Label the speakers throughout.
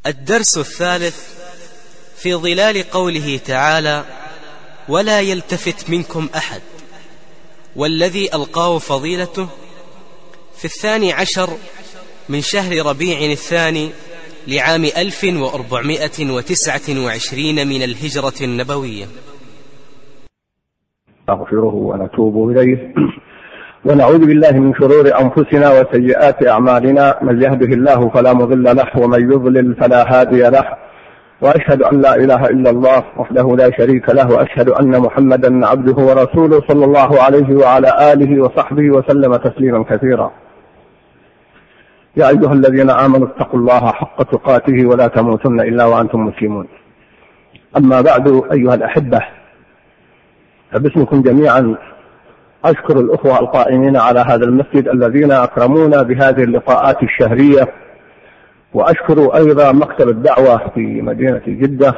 Speaker 1: الدرس الثالث في ظلال قوله تعالى: ولا يلتفت منكم أحد، والذي ألقاه فضيلته في 12 من شهر ربيع الثاني لعام 1429 من الهجرة النبوية.
Speaker 2: نغفره ونتوب إليه ونعوذ بالله من شرور أنفسنا وسيئات أعمالنا، من يهده الله فلا مضل له ومن يضلل فلا هادي له، وأشهد أن لا إله إلا الله وحده لا شريك له، وأشهد أن محمدا عبده ورسوله صلى الله عليه وعلى آله وصحبه وسلم تسليما كثيرا. يا أيها الذين آمنوا اتقوا الله حق تقاته ولا تموتن إلا وأنتم مسلمون. أما بعد، أيها الأحبة، فباسمكم جميعا أشكر الأخوة القائمين على هذا المسجد الذين أكرمونا بهذه اللقاءات الشهرية، وأشكر أيضا مكتب الدعوة في مدينة جدة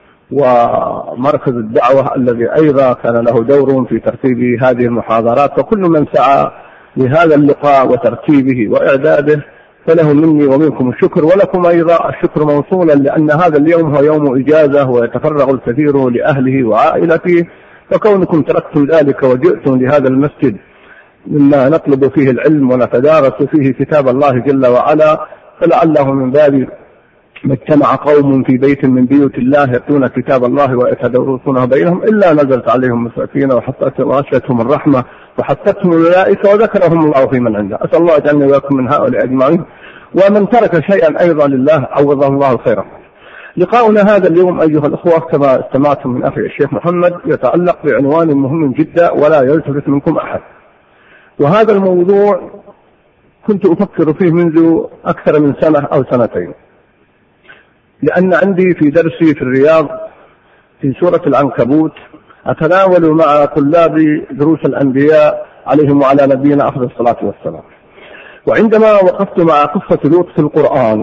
Speaker 2: ومركز الدعوة الذي أيضا كان له دور في ترتيب هذه المحاضرات، وكل من سعى لهذا اللقاء وترتيبه وإعداده فله مني ومنكم الشكر، ولكم أيضا الشكر موصولا، لأن هذا اليوم هو يوم إجازة ويتفرغ الكثير لأهله وعائلته، فكونكم تركتم ذلك وجئتم لهذا المسجد مما نطلب فيه العلم ونتدارس فيه كتاب الله جل وعلا، فلعله من باب ما اجتمع قوم في بيت من بيوت الله يتلون كتاب الله ويتدارسونه بينهم إلا نزلت عليهم السكينة وغشيتهم الرحمة وحفتهم الملائكة وذكرهم الله في من عنده. أسأل الله أن يجعلكم من هؤلاء أجمعين، ومن ترك شيئا أيضا لله عوضه الله خيرا. لقاؤنا هذا اليوم أيها الأخوة كما استمعتم من أخي الشيخ محمد يتعلق بعنوان مهم جدا: ولا يلتفت منكم أحد. وهذا الموضوع كنت أفكر فيه منذ أكثر من سنة أو سنتين، لأن عندي في درسي في الرياض في سورة العنكبوت أتناول مع طلاب دروس الأنبياء عليهم وعلى نبينا أفضل الصلاة والسلام، وعندما وقفت مع قصة لوط في القرآن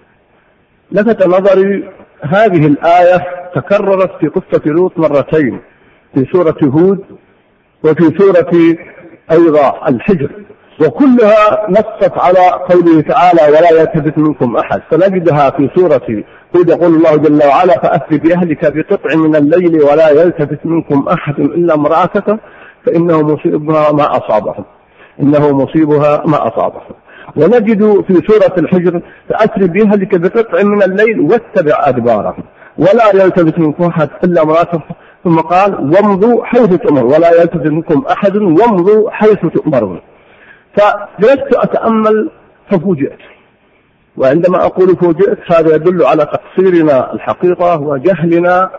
Speaker 2: لفت نظري هذه الآية تكررت في قصة لوط مرتين، في سورة هود وفي سورة أيضا الحجر، وكلها نصت على قوله تعالى: ولا يلتفت منكم أحد. فنجدها في سورة هود يقول الله جل وعلا: فأسر بأهلك بقطع من الليل ولا يلتفت منكم أحد إلا امرأتك فإنه مصيبها ما أصابهم، إنه مصيبها ما أصابهم. ونجد في سورة الحجر: فأسر بأهلك بقطع من الليل واتبع أدبارهم ولا يلتفت منكم أحد إلا امرأتك، ثم قال: وامضوا حيث تؤمر ولا يلتفت منكم أحد وامضوا حيث تؤمرون. فجلست أتأمل ففوجئت، وعندما أقول فوجئت هذا يدل على تقصيرنا الحقيقة وجهلنا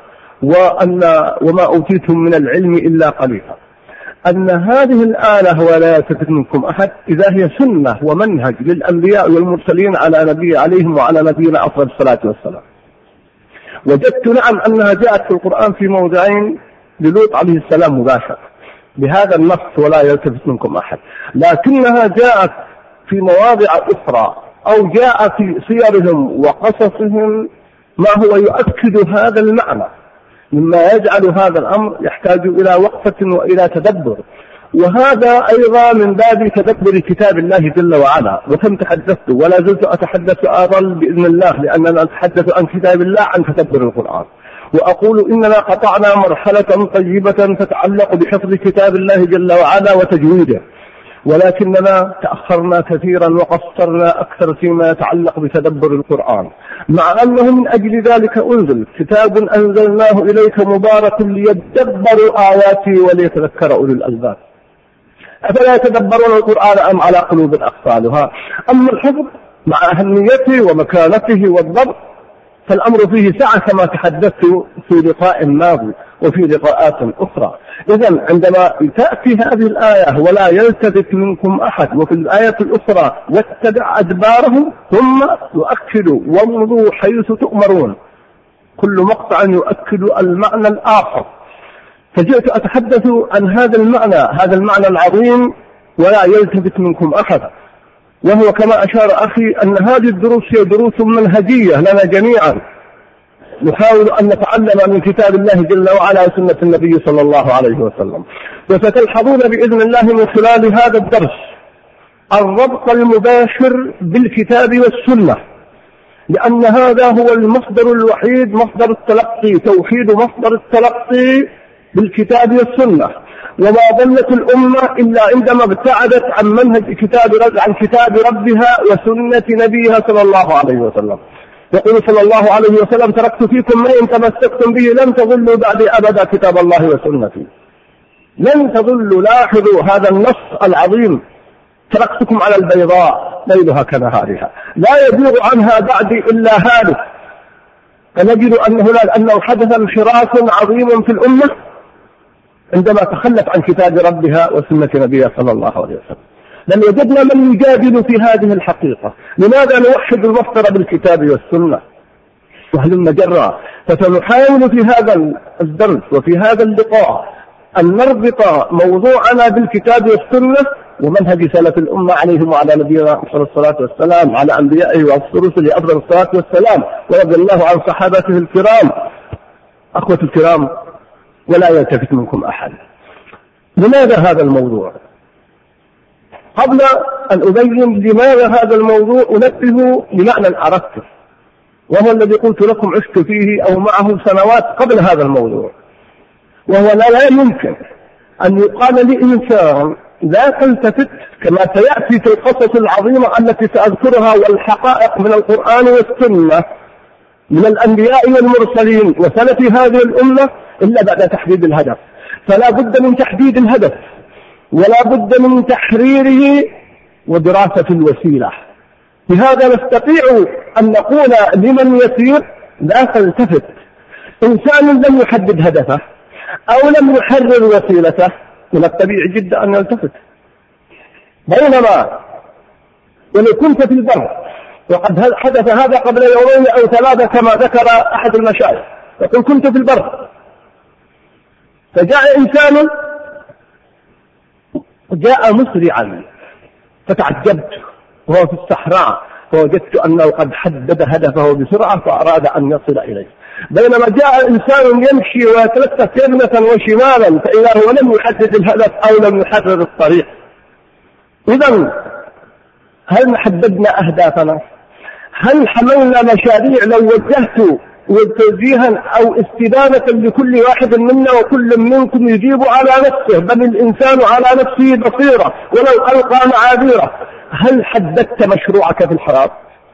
Speaker 2: وما أوتيتم من العلم إلا قليلا، أن هذه الآية ولا يلتفت منكم أحد إذا هي سنة ومنهج للأنبياء والمرسلين على نبي عليهم وعلى نبينا أفضل الصلاة والسلام. وجدت نعم أنها جاءت في القرآن في موضعين للوط عليه السلام مباشر بهذا النص ولا يلتفت منكم أحد، لكنها جاءت في مواضع أخرى أو جاء في سيرهم وقصصهم ما هو يؤكد هذا المعنى، مما يجعل هذا الأمر يحتاج إلى وقفة وإلى تدبر، وهذا أيضا من باب تدبر كتاب الله جل وعلا. وكم تحدثت ولا زلت أتحدث أظل بإذن الله، لأننا نتحدث عن كتاب الله عن تدبر القرآن، وأقول إننا قطعنا مرحلة طيبة تتعلق بحفظ كتاب الله جل وعلا وتجويده، ولكننا تأخرنا كثيرا وقصرنا أكثر فيما يتعلق بتدبر القرآن، مع أنه من أجل ذلك أنزل كتاب أنزلناه إليك مبارك ليدبروا آياته وليتذكر أولو الألباب. أفلا يتدبرون القرآن أم على قلوب أقفالها؟ أما الحفظ مع أهميته ومكانته والضبط فالأمر فيه سعة كما تحدثت في لقاء ماضي وفي لقاءات أخرى. إذن عندما تأتي هذه الآية ولا يلتفت منكم أحد، وفي الآية الأخرى واتبع أدبارهم، ثم يؤكد وامضوا حيث تؤمرون، كل مقطع يؤكد المعنى الآخر. فجئت أتحدث عن هذا المعنى العظيم ولا يلتفت منكم أحد، وهو كما أشار أخي أن هذه الدروس هي دروس منهجية لنا جميعا، نحاول أن نتعلم من كتاب الله جل وعلا وسنة النبي صلى الله عليه وسلم. وستلحظون بإذن الله من خلال هذا الدرس الربط المباشر بالكتاب والسنة، لأن هذا هو المصدر الوحيد، مصدر التلقي، توحيد مصدر التلقي بالكتاب والسنة. وما ضلت الأمة إلا عندما ابتعدت عن منهج عن كتاب ربها وسنة نبيها صلى الله عليه وسلم. يقول صلى الله عليه وسلم: تركت فيكم ما إن تمسكتم به لن تضلوا بعدي أبدا كتاب الله وسنتي. لن تضلوا. لاحظوا هذا النص العظيم: تركتكم على البيضاء ليلها كنهارها لا يزيغ عنها بعدي إلا هالك. فنجد أنه حدث انحراف عظيم في الأمة عندما تخلت عن كتاب ربها وسنة نبيها صلى الله عليه وسلم. لن وجدنا من يجادل في هذه الحقيقة. لماذا نوحد المصدر بالكتاب والسنة؟ وهلم جرا. فسنحاول في هذا الدرس وفي هذا اللقاء أن نربط موضوعنا بالكتاب والسنة ومنهج سلف الأمة عليهم وعلى نبينا أفضل الصلاة والسلام، على أنبيائه ورسله أفضل الصلاة والسلام، ورضي الله عن صحابته الكرام. أخوة الكرام، ولا يلتفت منكم أحد. لماذا هذا الموضوع؟ قبل أن أبين لماذا هذا الموضوع أنبه لمعنى عرفته، وهو الذي قلت لكم عشت فيه أو معه سنوات قبل هذا الموضوع، وهو لا يمكن أن يقال لإنسان لا تلتفت كما سيأتي في القصص العظيمة التي سأذكرها والحقائق من القرآن والسنة من الأنبياء والمرسلين وسلف هذه الأمة إلا بعد تحديد الهدف. فلا بد من تحديد الهدف، ولا بد من تحريره ودراسة الوسيلة. بهذا نستطيع أن نقول لمن يسير: لا تلتفت. إنسان لم يحدد هدفه أو لم يحرر وسيلته من الطبيعي جدا أن يلتفت. بينما ولو كنت في البر، وقد حدث هذا قبل يومين أو ثلاثة كما ذكر أحد المشايخ، يقول: كنت في البر فجاء إنسان جاء مسرعا فتعجبت، وهو في الصحراء، فوجدت أنه قد حدد هدفه بسرعة فأراد أن يصل إليه. بينما جاء إنسان يمشي ويتلفت يمنة وشمالا فإذا هو لم يحدد الهدف أو لم يحرر الطريق. إذن هل حددنا أهدافنا؟ هل حملنا مشاريع لو وجهت توجيها أو استدامة لكل واحد منا وكل منكم يجيب على نفسه، بل الإنسان على نفسه بصيرة ولو ألقى معاذيره؟ هل حددت مشروعك في الحياة؟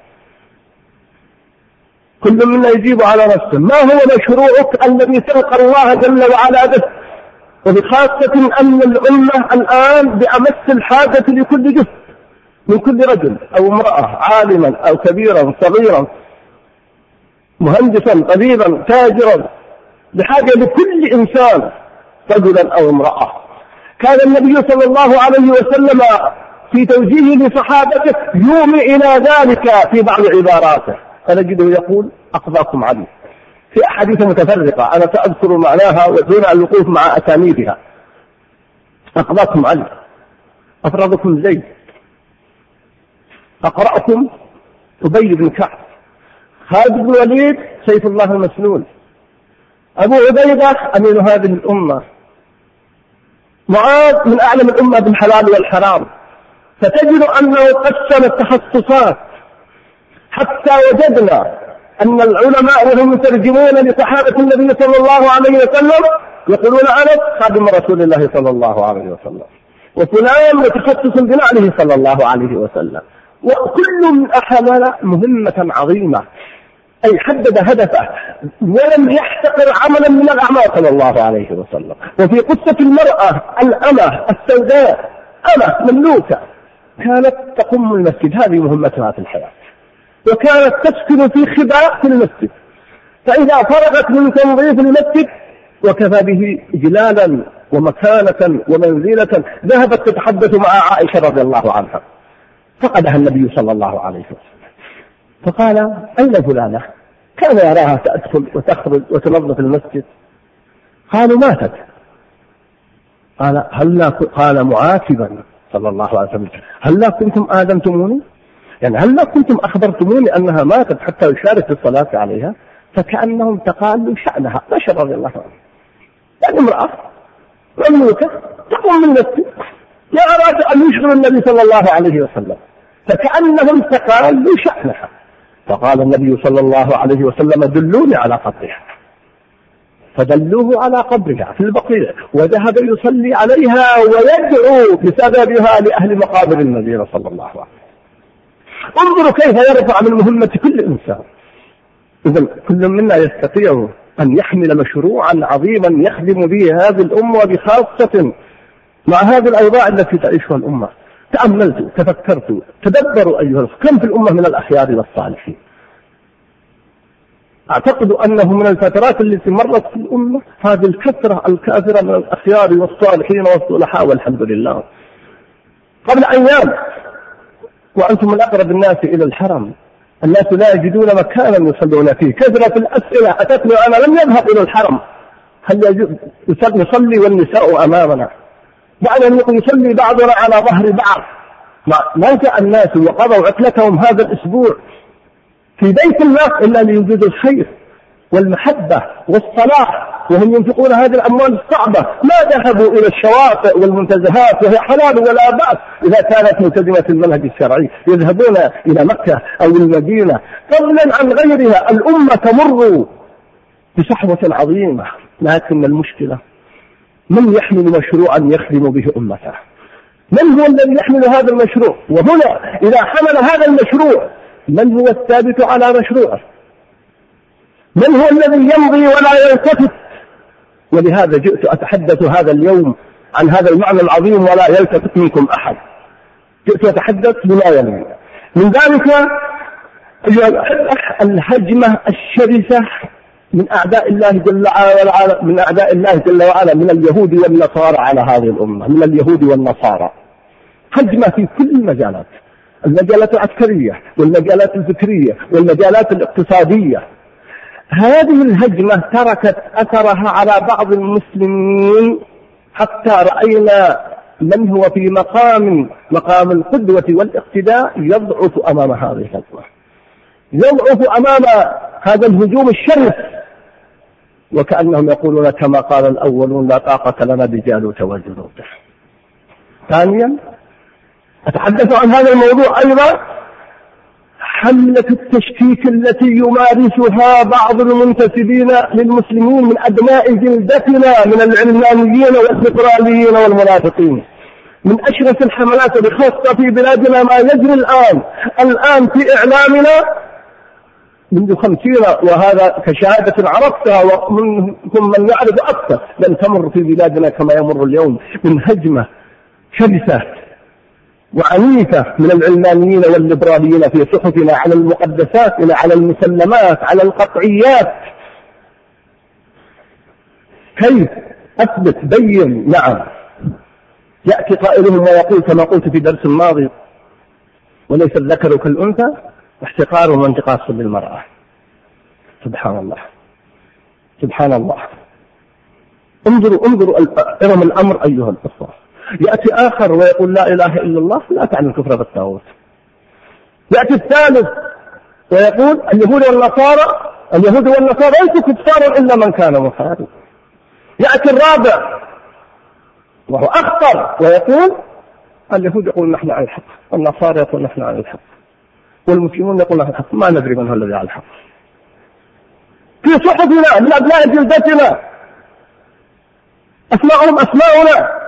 Speaker 2: كل منا يجيب على نفسه. ما هو مشروعك الذي تلقى الله جل وعلا به؟ وبخاصة أن الأمة الآن بأمس الحاجة لكل جهد من كل رجل أو امرأة، عالما أو كبيرا صغيرا، مهندسا طبيبا تاجرا، بحاجة لكل إنسان رجلا أو امرأة. كان النبي صلى الله عليه وسلم في توجيهه لصحابته يومي إلى ذلك في بعض عباراته، فنجده يقول: أقضاكم علي، في أحاديث متفرقة أنا سأذكر معناها ودون الوقوف مع أسانيدها. أقضاكم علي، أفرضكم زيد، أقرأكم أبي بن كعب، خالد بن الوليد سيف الله المسلول، أبو عبيدة أمين هذه الأمة، معاذ من أعلم الأمة بالحلال والحرام. فتجد أنه قسم التخصصات حتى وجدنا أن العلماء وهم يترجمون لصحابة النبي صلى الله عليه وسلم يقولون: أنا خادم رسول الله صلى الله عليه وسلم، وفلان متخصص بنعله صلى الله عليه وسلم. وكل من أحمل مهمة عظيمة، أي حدد هدفه ولم يحتقر عملا من الأعمال صلى الله عليه وسلم. وفي قصة المرأة الأمة السوداء، أمة مملوكة، كانت تقوم المسجد، هذه مهمتها في الحياة، وكانت تسكن في خباء في المسجد، فإذا فرغت من تنظيف المسجد وكفى به إجلالا ومكانة ومنزلة ذهبت تتحدث مع عائشة رضي الله عنها، فقدها النبي صلى الله عليه وسلم فقال: أين فلانة؟ كان يراها تدخل وتخرج وتنظف المسجد. قالوا: ماتت. قال معاتبا صلى الله عليه وسلم: هل كنتم آذنتموني؟ يعني هل كنتم أخبرتموني أنها ماتت حتى يشارك في الصلاة عليها؟ فكأنهم تقالوا شأنها. بشر رضي الله عنه، يعني امرأة مملوكة تقوم من المسجد، لا أراد أن يشغل النبي صلى الله عليه وسلم، فكأنهم تقالوا شأنها. فقال النبي صلى الله عليه وسلم دلوني على قبرها، فدلوه على قبرها في البقيع، وذهب يصلي عليها ويدعو بسببها لأهل مقابر النبي صلى الله عليه وسلم. انظروا كيف يرفع من مهمة كل إنسان. إذن كل منا يستطيع أن يحمل مشروعا عظيما يخدم به هذه الأمة، وبخاصة مع هذه الأوضاع التي تعيشها الأمة. تأملت، تفكرت، تدبروا أيها، كم في الأمة من الأخيار والصالحين. أعتقد أنه من الفترات التي مرت في الأمة هذه الكثرة الكافرة من الأخيار والصالحين والصلحاء، والحمد لله. قبل أيام وأنتم من أقرب الناس إلى الحرم، الناس لا يجدون مكانا يصلون فيه. كثرة الأسئلة أتتني أنا لم يذهب إلى الحرم، هل يصلي والنساء أمامنا، بعد أن يصلي بعضنا على ظهر بعض. ما جاء الناس وقضوا عطلتهم هذا الأسبوع في بيت الله إلا ليوجدوا الخير والمحبة والصلاح، وهم ينفقون هذه الأموال الصعبة. ما ذهبوا إلى الشواطئ والمنتزهات وهي حلال ولا بأس إذا كانت ملتزمة المنهج الشرعي، يذهبون إلى مكة أو المدينة. فضلا عن غيرها، الأمة تمر بصحوة عظيمة، لكن المشكلة من يحمل مشروعا يخدم به أمته؟ من هو الذي يحمل هذا المشروع؟ وهنا إذا حمل هذا المشروع، من هو الثابت على مشروعه؟ من هو الذي يمضي ولا يلتفت؟ ولهذا جئت أتحدث هذا اليوم عن هذا المعنى العظيم، ولا يلتفت منكم أحد. جئت أتحدث بما يلي من ذلك الهجمة الشرسة من أعداء الله جل وعلا، من أعداء الله جل وعلا، من اليهود والنصارى على هذه الأمة، من اليهود والنصارى. هجمة في كل المجالات، المجالات العسكرية والمجالات الفكرية والمجالات الاقتصادية. هذه الهجمة تركت أثرها على بعض المسلمين، حتى رأينا من هو في مقام القدوة والاقتداء يضعف أمام هذه الهجمة، يضعف أمام هذا الهجوم الشرس، وكأنهم يقولون كما قال الأولون لا طاقة لنا بجالوت وجنوده. ثانيا أتحدث عن هذا الموضوع أيضا، حملة التشكيك التي يمارسها بعض المنتسبين للمسلمين من أبناء جلدتنا من العلمانيين والليبراليين والمنافقين. من أشرس الحملات بخاصة في بلادنا ما يجري الآن في إعلامنا منذ 50، وهذا كشهادة عرفتها ومنكم من يعرف أكثر، لن تمر في بلادنا كما يمر اليوم من هجمة شرسة وعنيفة من العلمانيين والليبراليين في صحفنا على المقدسات، على المسلمات، على القطعيات. كيف أثبت بين؟ نعم، يأتي قائلهم ويقول كما قلت في درس الماضي وليس الذكر كالأنثى احتقار وانتقاص بالمرأة. سبحان الله سبحان الله. انظروا إرم الأمر أيها الأخوة. يأتي آخر ويقول لا إله إلا الله لا تعني الكفر بالطاغوت. يأتي الثالث ويقول اليهود والنصارى ليسوا كفارا إلا من كان مخالفا. يأتي الرابع وهو أخطر ويقول اليهود يقول نحن على الحق، والنصارى يقول نحن على الحق، والمسلمون يقول نحن على الحق. ما ندري من هو الذي على الحق. في صحفنا من أبناء جلدتنا أسماءهم أسماؤنا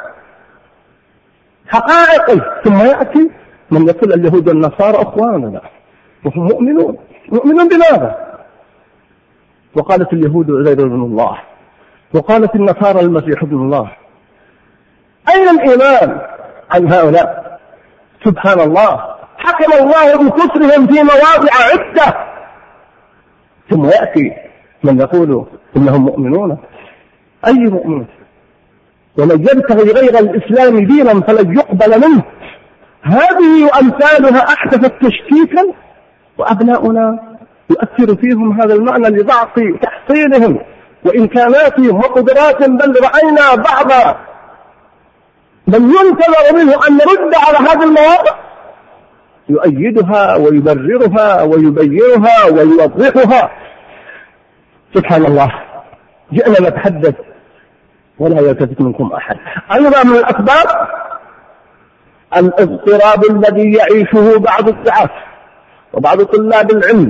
Speaker 2: حقائقي، ثم يأتي من يقول اليهود والنصارى أخواننا وهم مؤمنون بماذا؟ وقالت اليهود عزير ابن الله، وقالت النصارى المسيح ابن الله. أين الإيمان عن هؤلاء؟ سبحان الله. حكم الله بكفرهم في مواضع عدة، ثم يأتي من يقول إنهم مؤمنون. أي مؤمن؟ ومن يبتغي غير الإسلام دينا فلن يقبل منه. هذه وأمثالها أحدثت تشكيكا، وأبناؤنا يؤثر فيهم هذا المعنى لضعف تحصيلهم وإمكاناتهم وقدراتهم. بل رأينا بعض من ينتظر منه أن نرد على هذه المواضع يؤيدها ويبررها ويبينها ويوضحها. سبحان الله. جئنا نتحدث ولا يلتفت منكم أحد. أيضا من الأسباب الاضطراب الذي يعيشه بعض الدعاة وبعض طلاب العلم،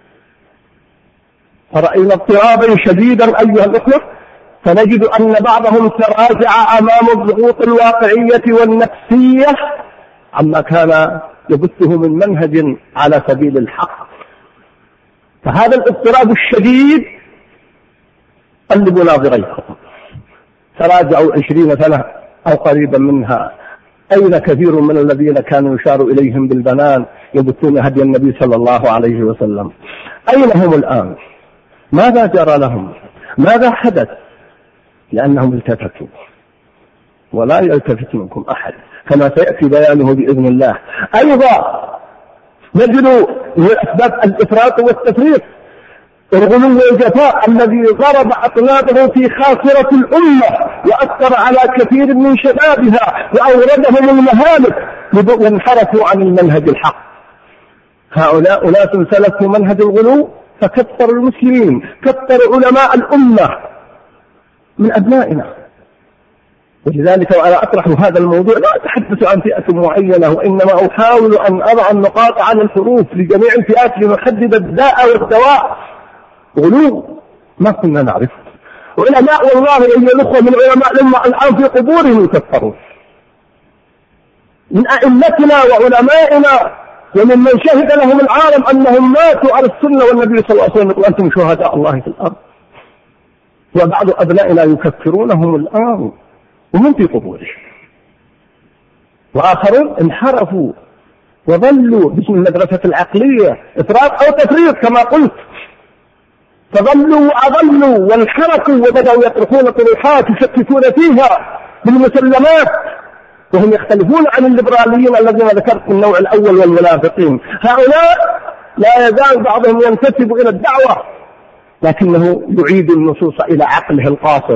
Speaker 2: فرأينا اضطرابا شديدا أيها الأخوة، فنجد أن بعضهم تراجع أمام الضغوط الواقعية والنفسية عما كان يبثه من منهج على سبيل الحق. فهذا الاضطراب الشديد قلب ناظريكم، تراجعوا 20 سنة أو قريبا منها، أين كثير من الذين كانوا يشار إليهم بالبنان يبثون هدي النبي صلى الله عليه وسلم؟ أين هم الآن؟ ماذا جرى لهم؟ ماذا حدث؟ لأنهم التفتوا، ولا يلتفت منكم أحد كما سيأتي بيانه بإذن الله. أيضا نجد من أسباب الإفراط والتفريط الغلو والجفاء الذي ضرب أطنابه في خاصرة الأمة وأثر على كثير من شبابها وأوردهم المهالك وانحرفوا عن المنهج الحق. هؤلاء أناس سلكوا منهج الغلو فكثر المسلمين، كثر علماء الأمة من أبنائنا. ولذلك وأنا أطرح هذا الموضوع لا أتحدث عن فئة معينة، وإنما أحاول أن أضع النقاط على الحروف لجميع الفئات لنحدد الداء والدواء. غلو ما كنا نعرفه، وعلماء والله أيها الأخوة من علماء الأمة الآن في قبورهم يكفرون، من أئمتنا وعلمائنا وممن شهد لهم العالم أنهم ماتوا على السنة والنبي صلى الله عليه وسلم يقول أنتم شهداء الله في الأرض، وبعض أبنائنا يكفرونهم الآن وهم في قبورهم، وآخرون انحرفوا وظلوا باسم المدرسة العقلية إفراط أو تفريط كما قلت، فظلوا وأظلوا وانحرفوا وبدأوا يطرحون طروحات يشككون فيها بالمسلمات، وهم يختلفون عن الليبراليين الذين ذكرت النوع الأول والمنافقين. هؤلاء لا يزال بعضهم ينتسب إلى الدعوة لكنه يعيد النصوص إلى عقله القاصر.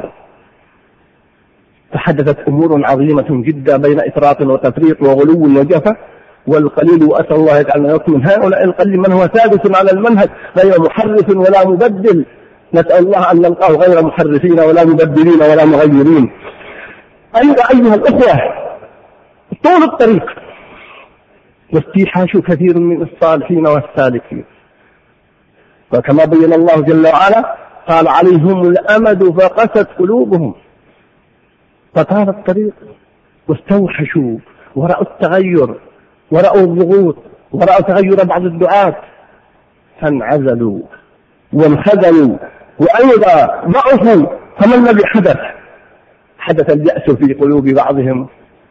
Speaker 2: فحدثت أمور عظيمة جدا بين إفراط وتفريط وغلو وجفا، والقليل وأسأل الله يجعلنا يكون من هؤلاء القليل من هو ثابت على المنهج غير محرف ولا مبدل. نسأل الله أن نلقاه غير محرفين ولا مبدلين ولا مغيرين. أيها الأخوة، طول الطريق واستيحاش كثير من الصالحين والسالكين، وكما بين الله جل وعلا قال عليهم الأمد فقست قلوبهم، فطال الطريق واستوحشوا ورأوا التغير ورأوا الضغوط ورأوا تغير بعض الدعاة فانعزلوا وانخذلوا وأيضا ضعفوا. فما الذي حدث اليأس في قلوب بعضهم،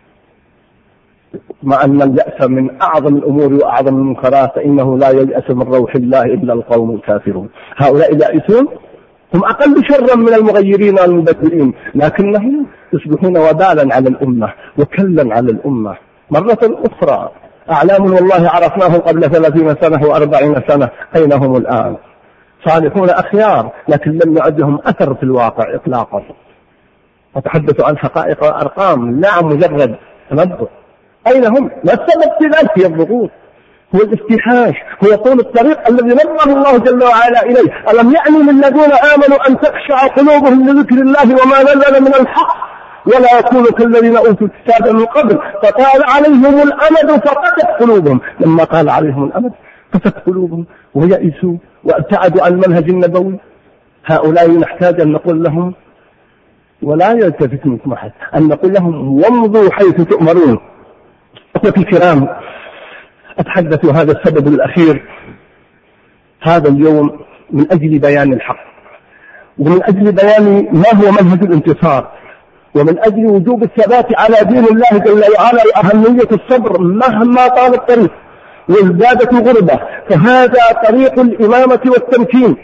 Speaker 2: مع أن اليأس من أعظم الأمور وأعظم المنكرات، فإنه لا ييأس من روح الله إلا القوم الكافرون. هؤلاء اليائسون هم أقل شرا من المغيرين والمبدلين، لكنهم يصبحون وبالا على الأمة وكلا على الأمة. مرة أخرى أعلام والله عرفناهم قبل 30 سنة و40 سنة، أين هم الآن؟ صالحون أخيار لكن لم يعدهم أثر في الواقع إطلاقا. أتحدث عن حقائق وأرقام لا مجرد تنبؤ. أين هم؟ ما السبب في ذلك؟ هي الضغوط، هو الاستيحاش، هو طول الطريق الذي نظر الله جل وعلا إليه. ألم يعني للذين آمنوا أن تخشع قلوبهم لذكر الله وما نزل من الحق ولا يكونوا كالذين أوتوا الكتاب من قبل فطال عليهم الأمد فقست قلوبهم. لما قال عليهم الأمد قست قلوبهم ويأسوا وابتعدوا عن المنهج النبوي. هؤلاء نحتاج أن نقول لهم ولا يلتفت منكم أحد، أن نقول لهم وامضوا حيث تؤمرون. أخوتي الكرام، أتحدث هذا السبب الأخير هذا اليوم من أجل بيان الحق، ومن أجل بيان ما هو منهج الانتصار، ومن أجل وجوب الثبات على دين الله جل وعلا وأهمية الصبر مهما طال الطريق وازدادت الغربة. فهذا طريق الإمامة والتمكين،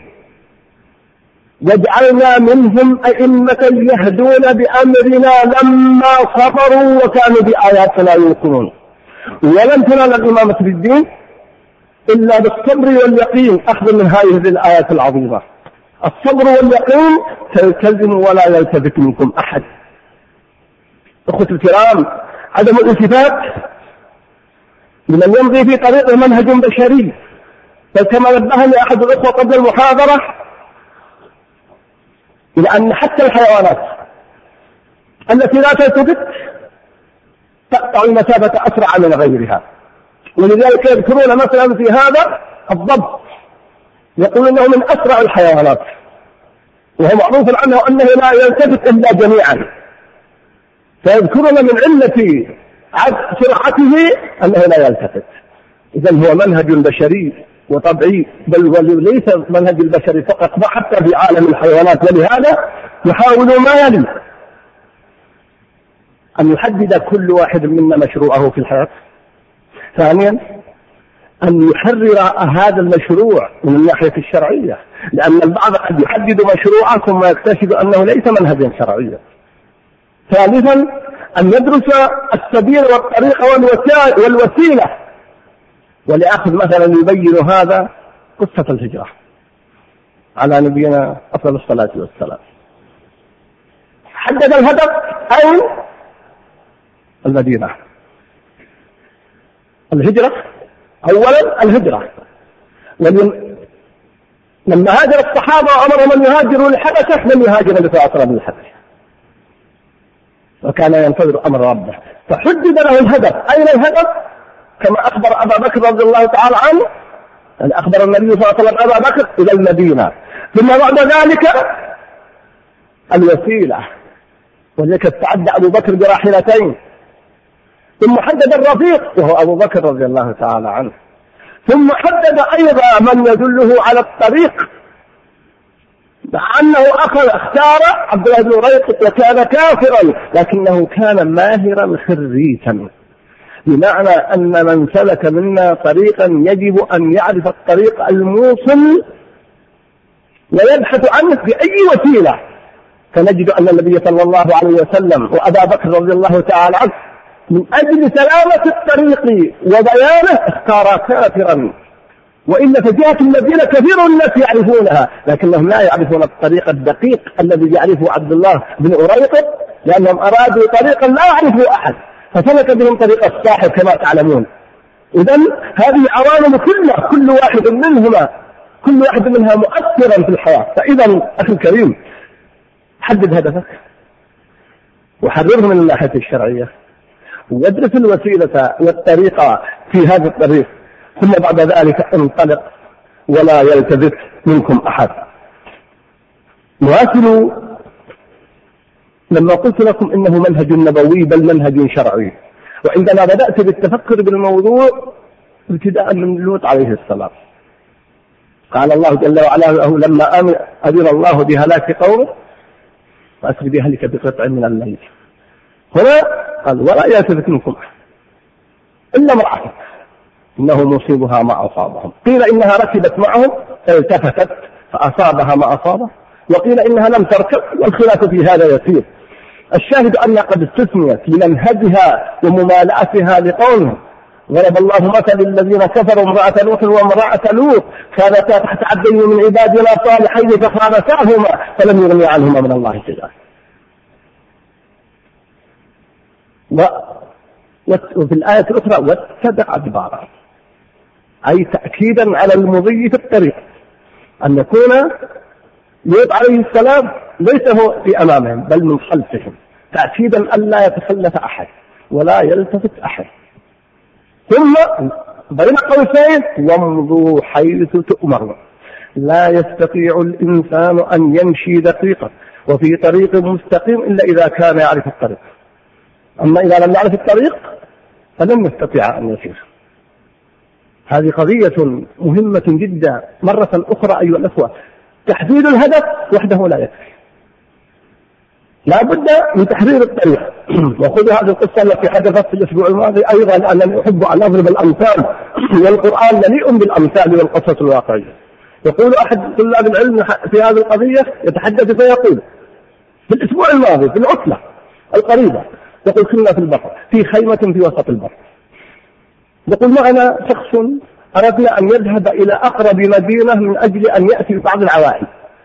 Speaker 2: وجعلنا منهم أئمة يهدون بأمرنا لما صبروا وكانوا بآياتنا يوقنون. ولن تنال الإمامة في الدين إلا بالصبر واليقين، أخذ من هذه الآيات العظيمة. الصبر واليقين سيلتزم ولا يلتفت منكم أحد. أخوتي الكرام، عدم الالتفات لمن يمضي في طريق منهج بشري، بل كما نبهني أحد الأخوة قبل المحاضرة إلى أن حتى الحيوانات التي لا تلتفت تقطع المسافة أسرع من غيرها. ولذلك يذكرون مثلا في هذا الضب، يقول انه من اسرع الحيوانات، وهو معروف عنه انه لا يلتفت الا جميعا، فيذكرون من علة سرعته انه لا يلتفت. اذا هو منهج بشري وطبيعي، بل وليس منهج البشري فقط، حتى في عالم الحيوانات. ولهذا يحاول ما يلي أن يحدد كل واحد منا مشروعه في الحياة. ثانيا أن يحرر هذا المشروع من الناحية الشرعية، لأن البعض قد يحدد مشروعه ثم يكتشف أنه ليس منهجا شرعيا. ثالثا أن يدرس السبيل والطريق والوسيلة. ولأخذ مثلا يبين هذا قصة الهجرة على نبينا أفضل الصلاة والسلام. حدد الهدف أين؟ المدينة. الهجرة أولا الهجرة. لما هاجر الصحابة وأمرهم أن يهاجروا للحبشة لم يهاجر النبي صلى الله عليه وسلم للحبشة، وكان ينتظر أمر ربه، فحدد له الهدف. أين الهدف؟ كما أخبر أبا بكر رضي الله تعالى عنه، أن أخبر النبي صلى الله عليه وسلم أبا بكر إلى المدينة، ثم بعد ذلك الوسيلة، ولذلك استعد أبو بكر براحلتين، ثم حدد الرفيق وهو أبو بكر رضي الله تعالى عنه، ثم حدد أيضا من يدله على الطريق، مع أنه اختار عبد الله بن ريقط وكان كافرا لكنه كان ماهرا خريتا، بمعنى أن من سلك منا طريقا يجب أن يعرف الطريق الموصل ويبحث عنه بأي وسيلة. فنجد أن النبي صلى الله عليه وسلم وأبا بكر رضي الله تعالى عنه من أجل سلامة الطريق وبيانه اختار كافرا، وإلا في جهة المدينة كثير الناس يعرفونها لكنهم لا يعرفون الطريق الدقيق الذي يعرفه عبد الله بن أريقط، لأنهم أرادوا طريقا لا يعرفه أحد فسلك بهم طريق الساحر كما تعلمون. إذن هذه عوامل كلها، كل واحد منها مؤثرا في الحياة. فإذا أخي الكريم حدد هدفك وحرره من الناحية الشرعية، وادرس الوسيلة والطريقة في هذا الطريق، ثم بعد ذلك انطلق ولا يلتفت منكم أحد. واصلوا لما قلت لكم إنه منهج نبوي بل منهج شرعي، وعندما بدأت بالتفكر بالموضوع ابتداء من لوط عليه السلام، قال الله جل وعلا له لما أذن الله بهلاك قومه وأسر بأهلك بقطع من الليل، هنا قال ولا يلتفت منكم أحد إلا امرأتك إنه مصيبها ما أصابهم، قيل إنها ركبت معهم فالتفتت فأصابها ما أصابه، وقيل إنها لم تركب، والخلاف في هذا يسير. الشاهد أن قد استثنيت لمنهجها وممالأتها لقومهم. ضرب الله مثل الذين كفروا امرأة نوح وامرأة لوط كانتا تحت عبدين من عبادنا صالحين فخانتاهما فلم يغني عنهما من الله شيئا. وفي الآية الأخرى واتبع أدبارا، أي تأكيدا على المضي في الطريق، أن يكون لوط عليه السلام ليس هو في أمامهم بل من خلفهم، تأكيدا أن لا يتخلف أحد ولا يلتفت أحد. ثم بين قوسين وامضوا حيث تؤمرون، لا يستطيع الإنسان أن يمشي دقيقا وفي طريق مستقيم إلا إذا كان يعرف الطريق، أما إذا لم يعرف الطريق فلن يستطيع أن يسير. هذه قضية مهمة جدا. مرة أخرى أيها الأخوة، تحديد الهدف وحده لا يكفي، لا بد من تحرير الطريق. وخذوا هذه القصة التي حدثت في الأسبوع الماضي أيضا، أنني أحب أن أضرب الأمثال، والقرآن مليء بالأمثال والقصص الواقعية. يقول أحد طلاب العلم في هذه القضية يتحدث فيقول في الأسبوع الماضي في العطلة القريبة، يقول كنا في البحر في خيمة في وسط البحر، يقول معنا شخص أردنا أن يذهب إلى أقرب مدينة من أجل أن يأتي بعض العوائل.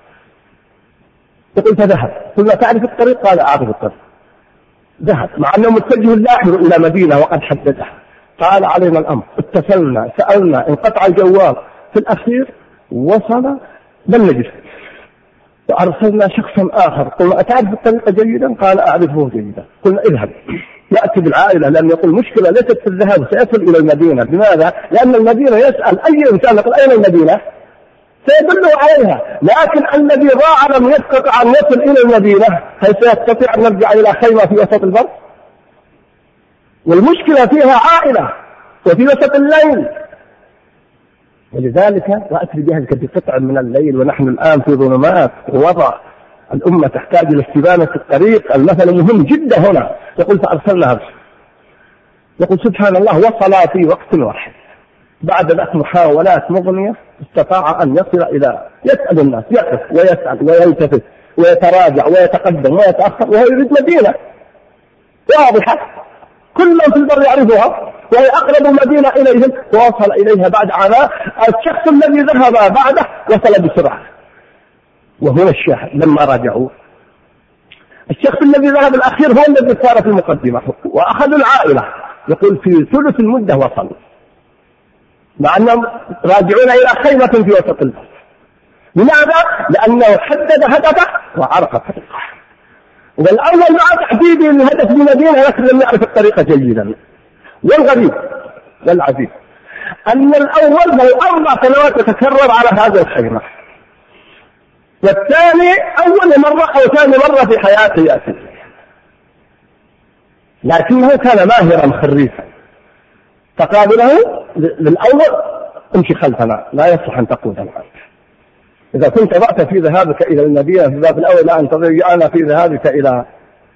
Speaker 2: يقول فذهب، قلنا تعرف الطريق؟ قال أعرف الطريق. ذهب مع أنه متجه لاحظ إلى مدينة وقد حددها. قال علينا الأمر، اتصلنا سألنا انقطع الجوال، في الأخير وصل لم نجد، وأرسلنا شخصا آخر قلنا أتعرف الطريق جيدا؟ قال أعرفه جيدا. قلنا اذهب. يأتي بالعائلة، لأن يقول مشكلة ليست في الذهاب، سيصل إلى المدينة. لماذا؟ لأن المدينة يسأل أي إنسان يقول أين المدينة سيدله عليها، لكن الذي ضاع لم يستطع أن يصل إلى المدينة هل سيستطيع أن نرجع إلى خيمة في وسط البر؟ والمشكلة فيها عائلة وفي وسط الليل. ولذلك وأتي بأهلك بقطع من الليل ونحن الآن في ظلمات ووضع الأمة تحتاج إلى استبانة الطريق. المثل مهم جدا هنا، يقول فأرسلنا، يقول سبحان الله وصل في وقت واحد بعد ذلك محاولات مغنية استطاع أن يصل إلى يسأل الناس، يقف ويسأل ويلتفت ويتراجع ويتقدم ويتأخر، وهو يريد مدينة واضحة كل من في البر يعرفها وهي أقرب مدينة إليهم، ووصل إليها بعد عناء. الشخص الذي ذهب بعده وصل بسرعة. وهنا الشاهد لما رجعوا الشخص الذي ذهب الأخير هو الذي صار في المقدمة وأخذوا العائلة، يقول في ثلث المدة وصلوا، مع أنهم راجعون إلى خيمة في وسط البر. لماذا؟ لأنه حدد هدفه وعرف طريقه. والأول مع تحديده الهدف بمدينة لكن لم يعرف الطريقة جيدا. والغريب والعجيب أن الأول له 4 سنوات يتكرر على هذا الخيمة، والثاني أول مرة أو ثاني مرة في حياته يأتي، لكنه كان ماهرا خريفا، فقال له للأول امشي خلفنا لا يصح أن تقودنا، إذا كنت ضعت في ذهابك إلى المدينة في الباب الأول لا أن تضيعنا في ذهابك إلى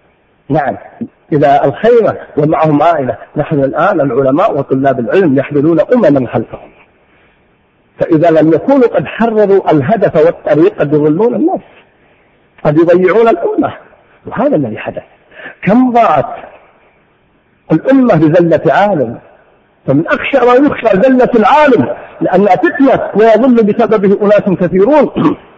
Speaker 2: إلى الخيمة ومعهم عائلة. نحن الآن العلماء وطلاب العلم يحملون أمما خلفهم، فإذا لم يكونوا قد حرروا الهدف والطريق قد يضلون الناس، قد يضيعون الأمة. وهذا الذي حدث. كم ضاعت الأمة بزلة عالم، فمن أخشى ما يخشى زلة العالم لأنها فتنة ويضل بسببه أناس كثيرون.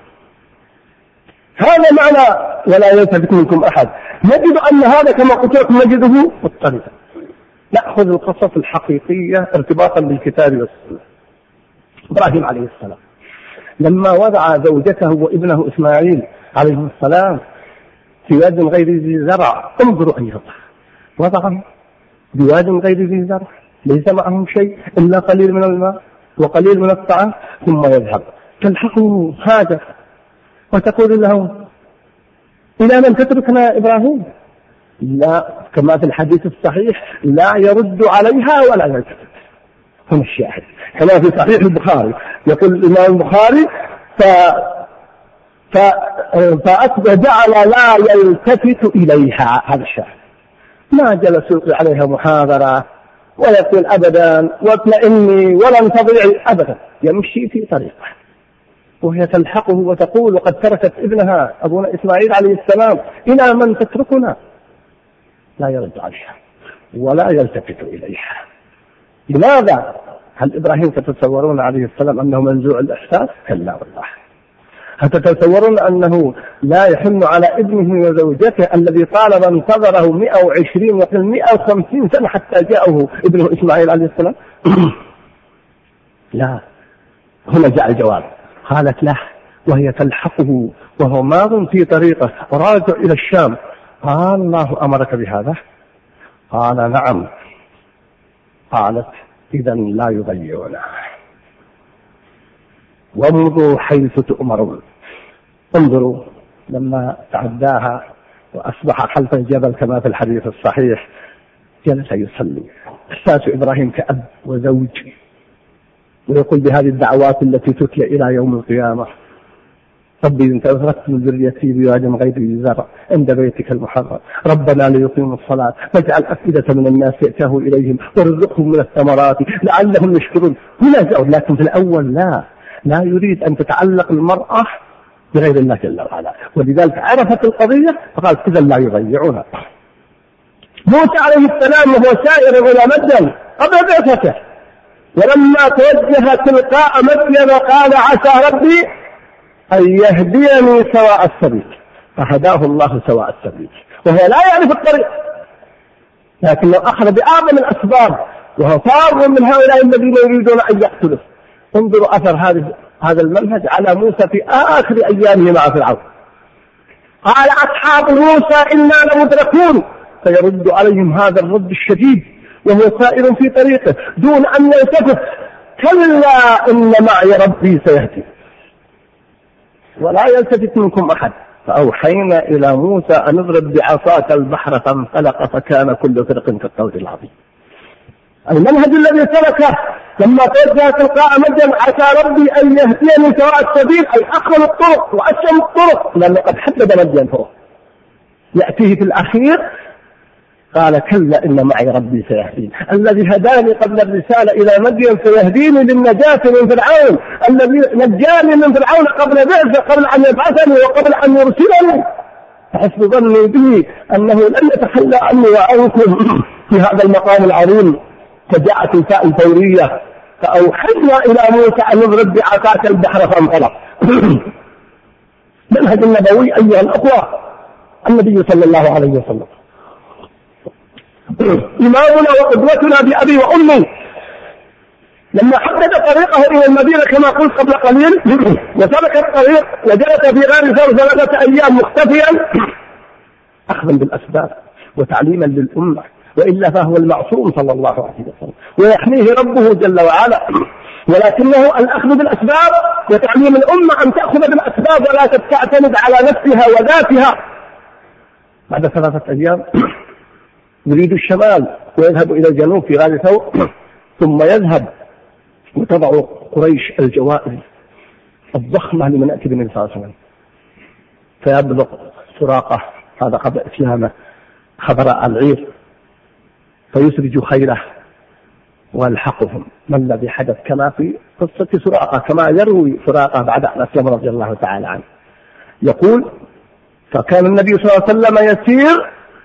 Speaker 2: هذا معنى ولا يلتفت منكم أحد. نجد أن هذا كما قلت لكم نجده بالطريقة. نأخذ القصص الحقيقية ارتباطا بالكتاب والسنة. إبراهيم عليه السلام لما وضع زوجته وابنه إسماعيل عليه السلام في واد غير ذي زرع، انظروا أن وضعهم بواد غير ذي زرع ليس معهم شيء إلا قليل من الماء وقليل من الطعام، ثم يذهب تلحقه هذا وتقول له إلى من تتركنا إبراهيم؟ لا، كما في الحديث الصحيح لا يرد عليها ولا يلتفت. هم الشاهد كما في صحيح البخاري، يقول الإمام البخاري جعل لا يلتفت إليها. هذا الشاهد ما جلس يلقي عليها محاضرة ويقول أبدا واطمئني ولن تضيعي أبدا، يمشي في طريقه وهي تلحقه وتقول وقد تركت ابنها أبونا إسماعيل عليه السلام إلى من تتركنا؟ لا يرد عليها ولا يلتفت إليها. لماذا؟ هل إبراهيم تتصورون عليه السلام أنه منزوع الإحساس؟ كلا والله. هل تتصورون أنه لا يحن على ابنه وزوجته الذي طالما انتظره 120 وقل 150 سنة حتى جاءه ابنه إسماعيل عليه السلام؟ لا. هنا جاء الجواب، قالت له وهي تلحقه وهو ماض في طريقه وراجع إلى الشام. قال الله أمرك بهذا؟ قال نعم. قالت إذا لا يضيعنا وامضوا حيث تؤمرون. انظروا لما تعداها وأصبح خلف الجبل كما في الحديث الصحيح جلس يصلي. إحساس إبراهيم كأب وزوج، ويقول بهذه الدعوات التي تتلى إلى يوم القيامة: ربي إن تركت من ذريتي بواد غير ذي زرع عند بيتك المحرم ربنا ليقيموا الصلاة فاجعل أفئدة من الناس يأتيه إليهم وارزقهم من الثمرات لعلهم يشكرون. هنا جاءوا، لكن في الأول لا يريد أن تتعلق المرأة بغير الله جل وعلا، ولذلك عرفت القضية فقالت إذا لا يضيعونها. موسى عليه السلام وهو سائر إلى مدين قبل بعثته، ولما توجه تلقاء مدين قال عسى ربي أن يهديني سواء السبيل، فهداه الله سواء السبيل وهو لا يعرف الطريق، لكنه أخذ بأعظم الأسباب وهو فار من هؤلاء الذين يريدون أن يقتله. انظروا أثر هذا المنهج على موسى في آخر أيامه مع فرعون. قال أصحاب موسى إنا لمدركون فيرد عليهم هذا الرد الشديد وهو سائر في طريقه دون أن يلتفت: كلا إن معي ربي سيهدي ولا يلتفت منكم أحد. فأوحينا إلى موسى أن اضرب بعصاك البحر فانفلق فكان كل فرق كالطود العظيم. المنهج الذي تركه لما توجه تلقاء مدين: عسى ربي أن يهديني سواء السبيل، أي أقل الطرق وأسلم الطرق، لأنه قد حدد مدين طرق. يأتيه في الأخير قال: كلا إن معي ربي سيهدين. الذي هداني قبل الرسالة إلى مدين سيهديني للنجاة من فرعون، الذي نجاني من فرعون قبل بعثه، قبل أن يبعثني وقبل أن يرسلني. فحسب ظني به أنه لن يتخلى عني وعنكم في هذا المقام العظيم. فجاءت الفاء الفورية: فأوحينا إلى موسى أن اضرب بعصاك البحر فانفلق. منهج النبوي أيها الأخوة، النبي صلى الله عليه وسلم إمامنا وقدوتنا بأبي وأمي، لما حدد طريقه إلى المدينة كما قلت قبل قليل وسلك الطريق وجلس في غار ثور 3 أيام مختفيا أخذا بالأسباب وتعليما للأمة، وإلا فهو المعصوم صلى الله عليه وسلم ويحميه ربه جل وعلا. ولكنه الأخذ بالأسباب وتعليم الأمة أن تأخذ بالأسباب ولا تعتمد على نفسها وذاتها. بعد 3 أيام يريد الشمال ويذهب إلى الجنوب في غار ثور، ثم يذهب وتضع قريش الجوائز الضخمة لمن يأتي بالنبي صلى الله عليه وسلم، فيبلغ سراقة هذا قبل إسلامه خبراء العير فيسرج خيله والحقهم. ما الذي حدث؟ كما في قصة سراقة، كما يروي سراقة بعد أن أسلم رضي الله تعالى عنه، يقول: فكان النبي صلى الله عليه وسلم يسير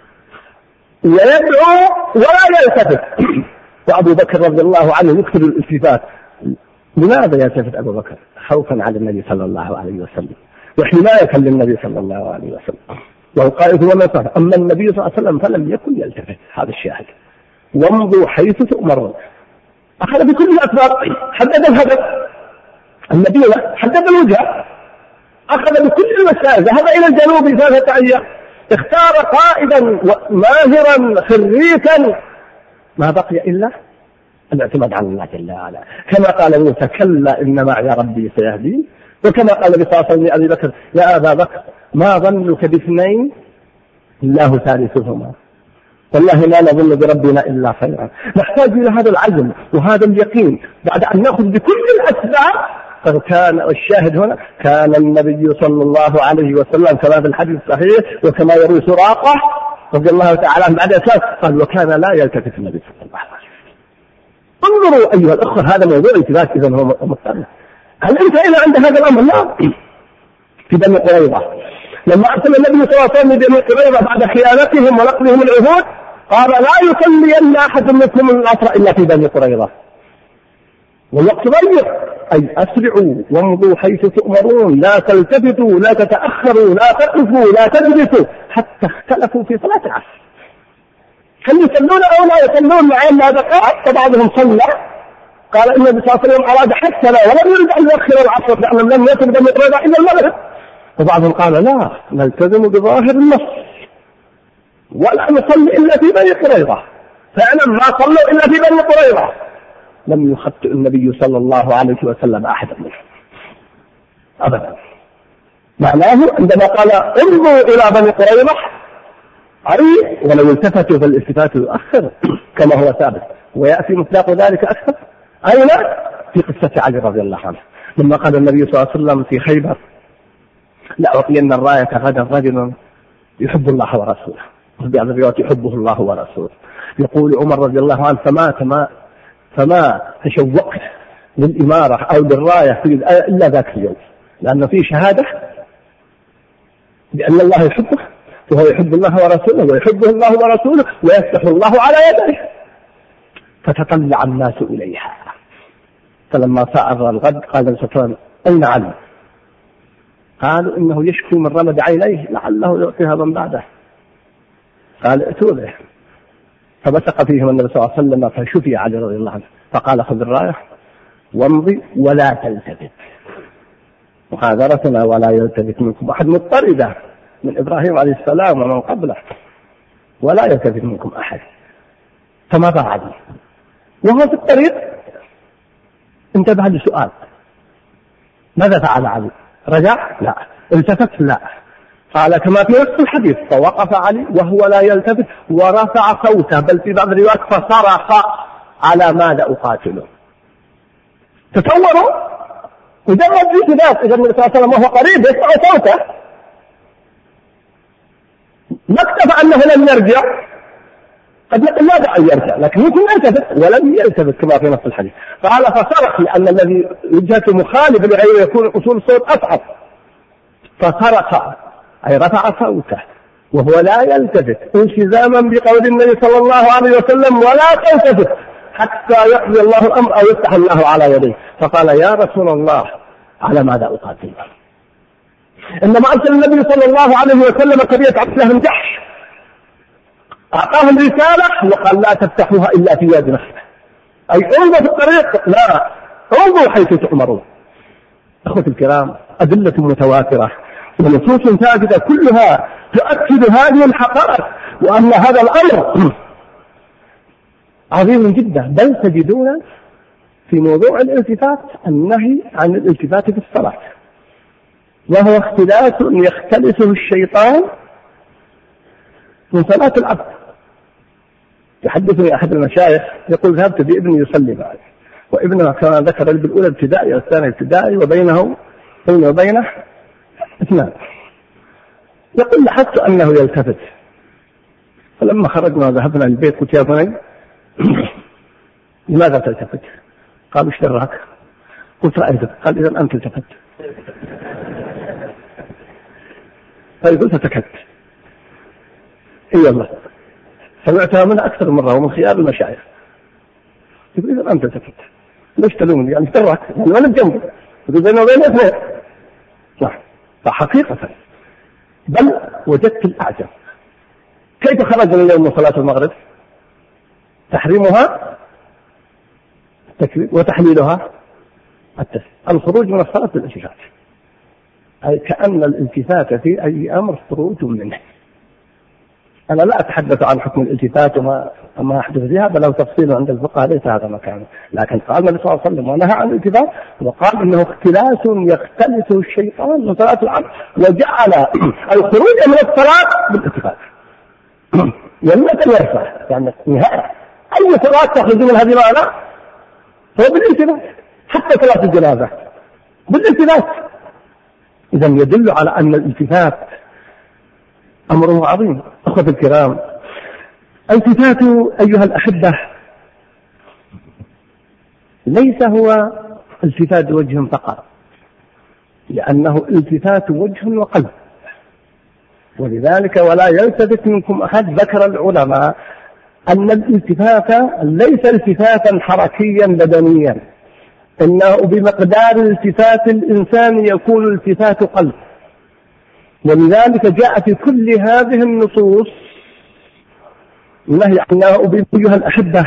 Speaker 2: ويدعو ولا يلتفت، وأبو بكر رضي الله عنه يكثر الالتفات. لماذا يلتفت أبو بكر؟ خوفا على النبي صلى الله عليه وسلم وحماية للنبي صلى الله عليه وسلم، والقائد هو من صار. أما النبي صلى الله عليه وسلم فلم يكن يلتفت. هذا الشاهد: وامضوا حيث تؤمرون. أخذ بكل الأسباب، حدد الهدف، النبي حدد الوجهة، أخذ بكل الوسائل، ذهب إلى الجنوب 3 أيام، اختار قائدا ماهرا خريفا، ما بقي إلا الاعتماد على الله جل وعلا. كما قال موسى: كلا إن معي ربي سيهدين. وكما قال النبي صلى الله عليه وسلم لأبي بكر: يا أبا بكر ما ظنك باثنين الله ثالثهما، والله لا نظن بربنا إلا خيرا. نحتاج إلى هذا العزم وهذا اليقين بعد أن نأخذ بكل الأسباب. فكان الشاهد هنا كان النبي صلى الله عليه وسلم كما في الحديث الصحيح وكما يروي سراقة رضي الله تعالى عنه بعد أساس قال: وكان لا يلتفت النبي صلى الله عليه وسلم. انظروا أيها الأخوة، هذا موضوع التفات إذن هو مضطر. هل أنت إلى عند هذا الأمر؟ لا. في بني قريظة لما أرسل النبي صلى الله عليه وسلم بني قريظة بعد خيانتهم ونقضهم العهود قال: لا يصلين أحد منكم العصر إلا في بني قريظة. والوقت ضيق، أي أسرعوا وامضوا حيث تؤمرون، لا تلتفتوا، لا تتأخروا، لا تقفوا، لا تجلسوا. حتى اختلفوا في صلاة العصر، هل يصلون أو لا يصلون؟ مع أن هذا قال فبعضهم صلى، قال إن النبي صلى الله عليه وسلم أراد حثنا ولم يريد أن يؤخر العصر لأنهم لم يصل بني قريظة إلا المغرب. وبعضهم قال: لا، نلتزم بظاهر النص ولا نصلي إلا في بني قريظة. فعلا ما صلوا إلا في بني قريظة. لم يخطئ النبي صلى الله عليه وسلم أحدا منهم أبدا. معناه عندما قال: انظروا إلى بني قريظة، أي ولو التفتوا فالالتفات يؤخر كما هو ثابت، ويأتي مصداق ذلك أكثر أين؟ في قصة علي رضي الله عنه لما قال النبي صلى الله عليه وسلم في خيبر: لأعطين الراية غدا رجل يحب الله ورسوله، وبعض الروايات يحبه الله ورسوله. يقول عمر رضي الله عنه: فما تشوقت للإمارة أو للراية إلا ذاك اليوم، لأن فيه شهادة بأن الله يحبه وهو يحب الله ورسوله ويحبه الله ورسوله ويفتح الله على يديه. فتطلع الناس إليها، فلما سأر الغد قال النبي صلى الله عليه وسلم: أين علي؟ قالوا: إنه يشكو من رمد عينيه لعله يعطيها من بعده. قال: ائتوا به. فبثق فيهم النبي صلى الله عليه وسلم فشفي علي رضي الله عنه فقال: خذ الراية وامضي ولا تلتفت، محاذرتنا ولا يلتفت منكم أحد، مضطردة من إبراهيم عليه السلام ومن قبله. ولا يلتفت منكم أحد. فماذا علي وهو في الطريق؟ انتبه لسؤال: ماذا فعل علي؟ رجع؟ لا. التفت؟ لا. قال كما في نفس الحديث: فوقف علي وهو لا يلتفت ورفع صوته، بل في بعض الروايات فصرخ: على ماذا أقاتله؟ تصوروا مجرد التفات إذا النبي صلى الله عليه وسلم وهو قريب يسمع صوته، ما اكتفى أنه لم يرجع، قد يقول لا داعي يرجع، لكن يمكن يلتفت ولم يلتفت كما في نفس الحديث. قال فصرخ، لأن الذي وجهته مخالف لغيره يكون أصول الصوت أصعب. فصرخ أي رفع صوته وهو لا يلتفت التزاما بقول النبي صلى الله عليه وسلم: ولا تلتفت حتى يقضي الله الأمر أو يفتح الله على يديه. فقال: يا رسول الله على ماذا أقاتل؟ إنما أرسل النبي صلى الله عليه وسلم قرية عبد الله بن جحش، أعطاهم رسالة وقال: لا تفتحوها إلا في يد نفسه، أي انظروا في الطريق، لا انظروا حيث تؤمرون. أخوتي الكرام، أدلة متواترة ونصوص ثابتة كلها تؤكد هذه الحقائق، وأن هذا الأمر عظيم جدا. بل تجدون في موضوع الالتفات النهي عن الالتفات في الصلاة، وهو اختلاس يختلسه الشيطان من صلاة العبد. يحدثني أحد المشايخ يقول: ذهبت بابني يصلي معي، وابنه كما ذكر بالأولى ابتدائي والثاني ابتدائي، وبينه وبينه 2. يقول: لاحظت أنه يلتفت، فلما خرجنا وذهبنا للبيت قلت: يا بني لماذا تلتفت؟ قال: ايش دراك؟ قلت: رأيتك. قال: إذا أنت التفت. فقلت: سكت. اي الله، سمعتها منها أكثر مرة ومن خيار المشايخ. يقول: إذا أنت التفت ليش تلومني؟ يعني دراك، يعني ما نبجنبه، يقول: بينه وبين 2. صح. فحقيقة بل وجدت الأعجب. كيف خرج اليوم من صلاة المغرب؟ تحريمها التكبير وتحليلها التسليم. الخروج من الصلاة بالالتفات، أي كأن الالتفات في أي أمر خروج منه. أنا لا أتحدث عن حكم الالتفات وما أحدث فيها، بل لو تفصيل عند الفقهاء ليس هذا مكانه. لكن قال النبي صلى الله عليه وسلم ونهى عن الالتفات، وقال إنه اختلاس يختلسه الشيطان من صلاة العبد، وجعل الخروج من الصلاة بالالتفات. يمنة يرفع، يعني نهاية أي صلاة تخرج من هذه المعنى هو بالالتفات، حتى صلاة الجنازة بالالتفات. إذا يدل على أن الالتفات أمره عظيم. أخوة الكرام، الالتفات أيها الأحبة ليس هو التفات وجه فقط، لأنه التفات وجه وقلب. ولذلك ولا يلتفت منكم أحد. ذكر العلماء أن الالتفات ليس التفاتا حركيا بدنيا، إنه بمقدار التفات الإنسان يكون التفات قلب. ولذلك جاء في كل هذه النصوص النهي عنه. أيها الأحبة،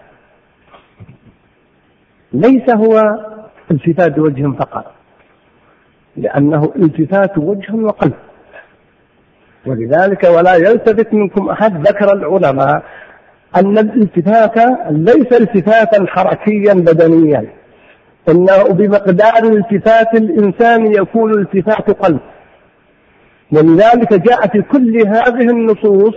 Speaker 2: ليس هو التفات وجه فقط، لأنه التفات وجه وقلب. ولذلك ولا يلتفت منكم أحد. ذكر العلماء أن الالتفات ليس التفاتا حركيا بدنيا، إنه بمقدار التفات الإنسان يكون التفات قلب. ولذلك جاء في كل هذه النصوص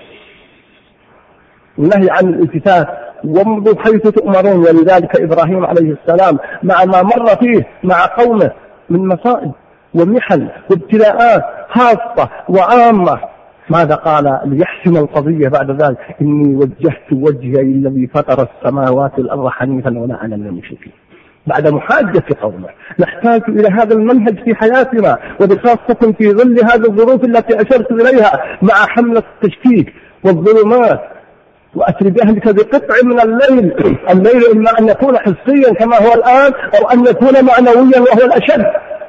Speaker 2: النهي عن الالتفات. وامضوا حيث تؤمرون. ولذلك إبراهيم عليه السلام مع ما مر فيه مع قومه من مصائب ومحن وابتلاءات خاصة وعامة، ماذا قال ليحسم القضية بعد ذلك؟ إني وجهت وجهي الذي فطر السماوات والأرض حنيفا ولا أنا من المشركين. بعد محاجة قومه. نحتاج إلى هذا المنهج في حياتنا، وبخاصة في ظل هذه الظروف التي أشرت إليها مع حملة التشكيك والظلمات. وأسر بأهلك بقطع من الليل. الليل إما أن يكون حسيا كما هو الآن، أو أن يكون معنويا وهو الأشد.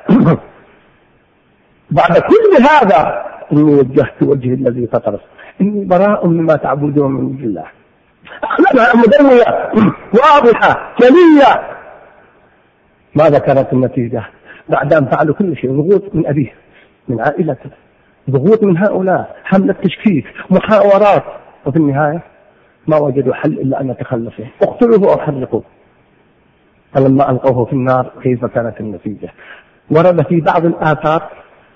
Speaker 2: بعد كل هذا إني وجهت وجهي الذي فطر، إني براء مما تعبدون من دون الله. أعلمها مدوية واضحة جلية. ماذا كانت النتيجة بعد أن فعلوا كل شيء؟ ضغوط من أبيه، من عائلته، ضغوط من هؤلاء، حملة تشكيك، محاورات، وفي النهاية ما وجدوا حل إلا أن يتخلفوا، اقتلوه أو حرقوه. فلما ألقوه في النار كيف كانت النتيجة؟ ورد في بعض الآثار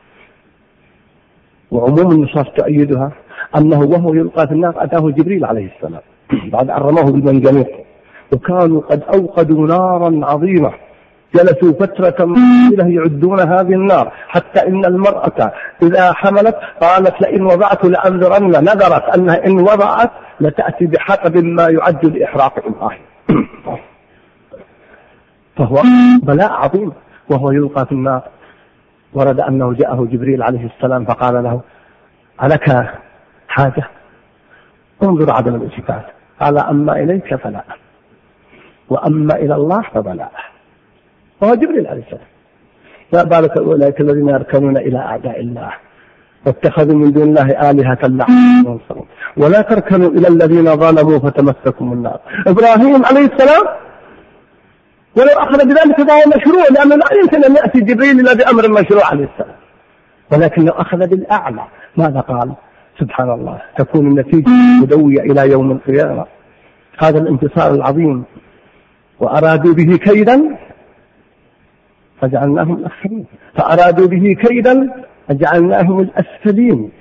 Speaker 2: وعموم النصوص تؤيدها أنه وهو يلقى في النار أتاه جبريل عليه السلام بعد أن رموه بالمنجنيق، وكانوا قد أوقدوا نارا عظيمة، جلسوا فترة طويلة يعدون هذه النار، حتى إن المرأة إذا حملت قالت لئن وضعت لأنذرن، نذرت أنها إن وضعت لتأتي بحطب ما يعد لإحراق إبراهيم. فهو بلاء عظيم وهو يلقى في النار. ورد أنه جاءه جبريل عليه السلام فقال له ألك حاجة؟ انظر عدم الالتفات، قال أما إليك فلا، وأما إلى الله فبلا. وهو جبريل عليه السلام. لا بالك أولئك الذين يركنون إلى أعداء الله واتخذوا من دون الله آلهة لعلهم ينصرون، ولا تركنوا إلى الذين ظلموا فتمسكم النار. إبراهيم عليه السلام ولو أخذ بذلك فهو مشروع، لأنه لا يمكن أن يأتي جبريل إلا بأمر مشروع عليه السلام، ولكن لو أخذ بالأعلى ماذا قال؟ سبحان الله، تكون النتيجة مدوية إلى يوم القيامة. هذا الانتصار العظيم. وأرادوا به كيدا فجعلناهم الأخسرين، فأرادوا به كيدا فجعلناهم الأسفلين.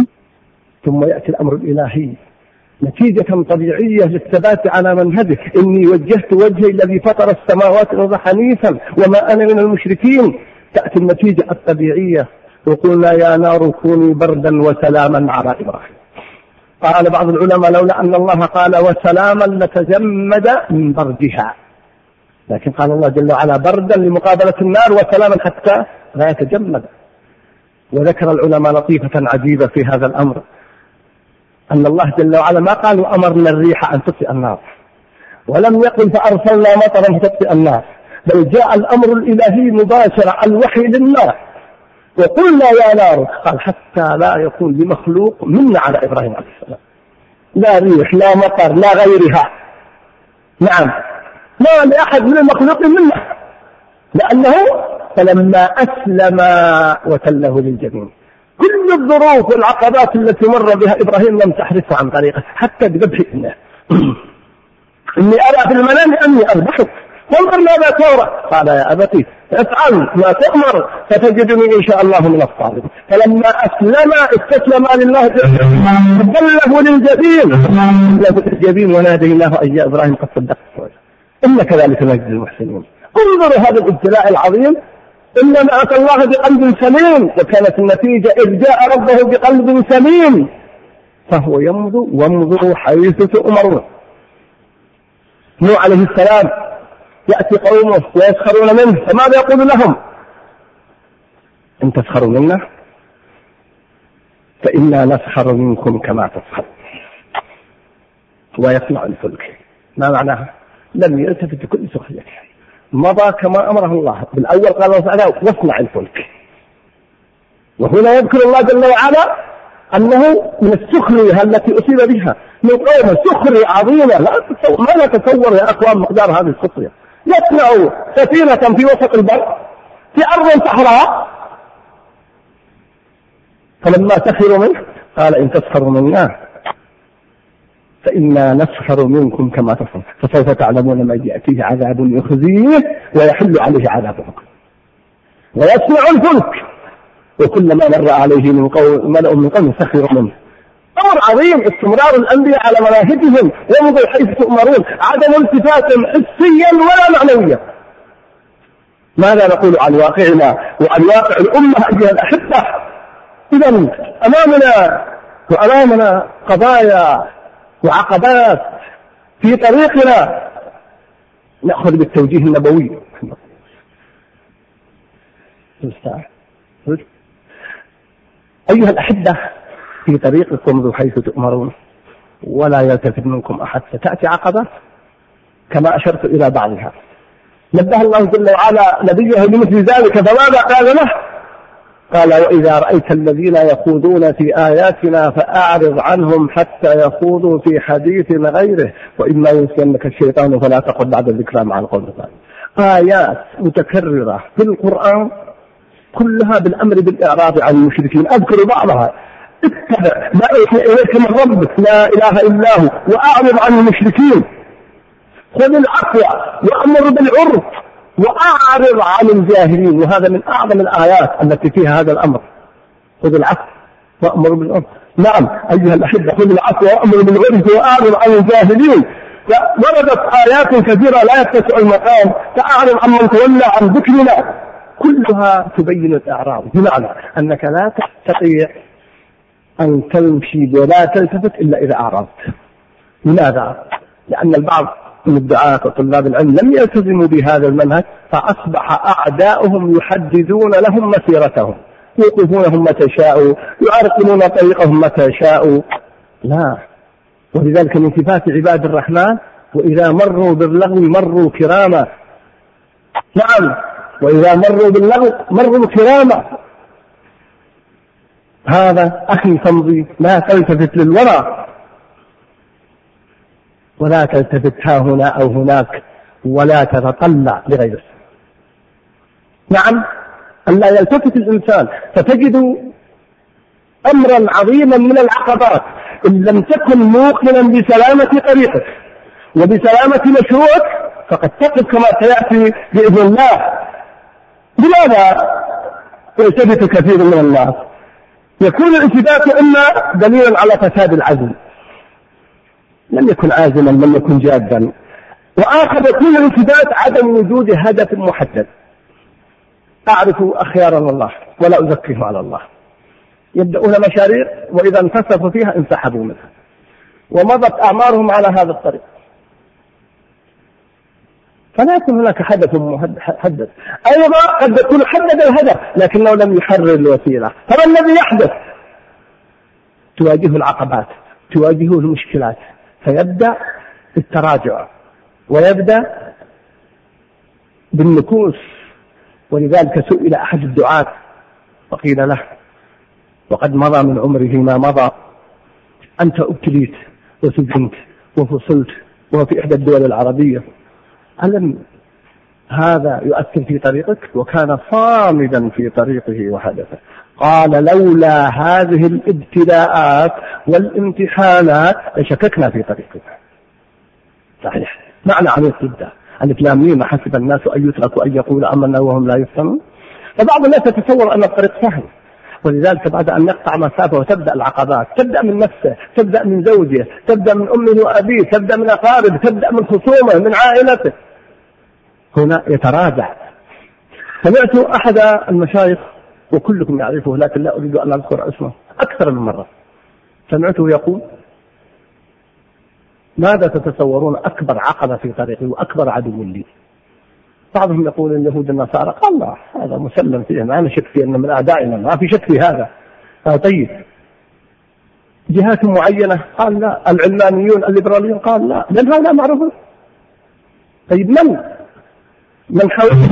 Speaker 2: ثم يأتي الأمر الإلهي نتيجة طبيعية للثبات على منهجه، إني وجهت وجهي الذي فطر السماوات والأرض حنيفا وما أنا من المشركين. تأتي النتيجة الطبيعية، وقلنا يا نار كوني بردا وسلاما على إبراهيم. قال بعض العلماء لولا أن الله قال وسلاما لتجمد من بردها، لكن قال الله جل وعلا بردا لمقابلة النار وسلاما حتى لا يتجمد. وذكر العلماء لطيفة عجيبة في هذا الأمر، أن الله جل وعلا ما قال وأمرنا الريح أن تطفئ النار، ولم يقل فأرسلنا مطرا فتطفئ النار، بل جاء الأمر الإلهي مباشرة، الوحي لله. وقلنا يا نار، قال حتى لا يكون لمخلوق منا على إبراهيم عليه السلام، لا ريح لا مطر لا غيرها، نعم ما لأحد من المخلوق منا، لأنه فلما أسلم وتله للجبين. كل الظروف والعقبات التي مر بها إبراهيم لم تحرسه عن طريقه، حتى بذبح ابنه. إني أرى في المنام أني أذبحك وانظر ماذا ترى، قال يا أبتي افعل ما تؤمر فتجدني إن شاء الله من الصابرين. فلما أسلم استسلم لله وتله للجبين وناديناه أي يا إبراهيم قد صدقت إن كذلك نجزي المحسنين. انظروا هذا الابتلاء العظيم، إنما أتى الله بقلب سليم، وكانت النتيجة إذ جاء ربه بقلب سليم فهو يمضي وانظروا حيث تؤمرون. نوح عليه السلام يأتي قومه ويسخرون منه، فماذا يقول لهم؟ إن تسخروا منا فإنا نسخر منكم كما تسخر. ويصنع الفلك، ما معناها؟ لم يلتفت كل سخرية، مضى كما أمره الله. بالأول قال الله تعالى واصنع الفلك، وهنا يذكر الله جل وعلا أنه من السخرية التي أصيب بها من قوم، سخرية عظيمة ما نتصور يا أخوان مقدار هذه السخرية. يصنع سفينة في وسط البر في أرض صحراء، فلما سخروا منه قال إن تسخروا منا فإنا نسخر منكم كما تسخرون فسوف تعلمون من يأتيه عذاب يخزيه ويحل عليه عذاب حكم. ويصنع الفلك وكلما مر عليه من قوم ملأ من قوم سخروا منه. أمر عظيم، استمرار الأنبياء على مناهجهم ومضوا حيث تؤمرون، عدم التفاتهم حسيا ولا معنويا. ماذا نقول عن واقعنا وعن واقع الأمة أيها الأحبة؟ إذا أمامنا قضايا وعقبات في طريقنا، نأخذ بالتوجيه النبوي. أيها الأحبة في طريقكم ذو حيث تؤمرون ولا يلتفت منكم أحد، ستأتي عقبات كما أشرت إلى بعضها. نبه الله جل وعلا نبيه بمثل ذلك، فماذا قال له؟ قال وإذا رأيت الذين يخوضون في آياتنا فأعرض عنهم حتى يخوضوا في حديث غيره وإما ينسينك الشيطان فلا تقعد بعد الذكرى مع القوم الظالمين. آيات متكررة في القرآن كلها بالأمر بالإعراض عن المشركين. أذكر بعضها اتبع ما أوحي إليك من ربك لا إله إلا هو وأعرض عن المشركين، خذ العفو وأمر بالعرف وأعرض عن الجاهلين. وهذا من أعظم الآيات التي فيها هذا الأمر، خذ العفو وأمر بالعرف. نعم أيها الأحبة، خذ العفو وأمر بالعرف وأعرض عن الجاهلين. وردت آيات كثيرة لا يتسع المقام، فأعرض عن من تولى عن ذكرنا، كلها تبين الإعراض، بمعنى أنك لا تستطيع أن تمشي ولا تلتفت إلا إذا أعرضت. لماذا؟ لأن البعض من الدعاة وطلاب العلم لم يلتزموا بهذا المنهج، فأصبح أعداؤهم يحددون لهم مسيرتهم، يوقفونهم متى شاءوا، يعرقلون طريقهم متى شاءوا. لا، ولذلك من صفات عباد الرحمن وإذا مروا باللغو مروا كراما. نعم، وإذا مروا باللغو مروا كراما. هذا أخي فامضي، لا تلتفت للورى ولا تلتفت ها هنا أو هناك ولا تتطلع لغيره. نعم، أن لا يلتفت الإنسان، فتجد أمرا عظيما من العقبات إن لم تكن موقنا بسلامة طريقك وبسلامة مشروعك فقد تقف كما سيأتي بإذن الله. لماذا يلتفت كثير من الناس؟ يكون الالتفات إما دليلا على فساد العزم، لم يكن عازما، لم يكن جادا. وآخر يكون الالتفات عدم وجود هدف محدد. أعرف أخيارا الله ولا أزكيهم على الله، يبدأون مشاريع وإذا انتصفوا فيها انسحبوا منها ومضت أعمارهم على هذا الطريق، فلا يكون هناك هدف محدد. أيضا قد يكون حدد الهدف لكنه لم يحرر الوسيلة، فما الذي يحدث؟ تواجهه العقبات، تواجهه المشكلات، فيبدأ بالتراجع ويبدأ بالنكوص. ولذلك سئل أحد الدعاة وقيل له وقد مضى من عمره ما مضى: أنت ابتليت وسجنت وفصلت وفي إحدى الدول العربية، ألم هذا يؤثر في طريقك؟ وكان صامدا في طريقه وحدثه. قال: لولا هذه الابتلاءات والامتحانات لشككنا في طريقك. صحيح، معنى عميق جدا. الإسلاميين حسب الناس أن يتركوا أن يقول آمنا وهم لا يفتنون. فبعض الناس يتصور أن الطريق سهل، ولذلك بعد أن يقطع مسافة وتبدأ العقبات، تبدأ من نفسه، تبدأ من زوجه، تبدأ من أمه وأبيه، تبدأ من أقاربه، تبدأ من خصومه، من عائلته، هنا يتراجع. سمعت أحد المشايخ وكلكم يعرفه لكن لا أريد أن أذكر اسمه أكثر من مرة، سمعته يقول: ماذا تتصورون أكبر عقبة في طريقي وأكبر عدو لي؟ بعضهم يقول اليهود النصارى، قال: لا، هذا مسلم فيه، ما أنا شك فيه، أن من أعدائنا ما في شك في هذا. طيب، جهات معينة؟ قال: لا. العلمانيون الليبراليون؟ قال: لا، لأن هذا معروف. طيب، من حولك؟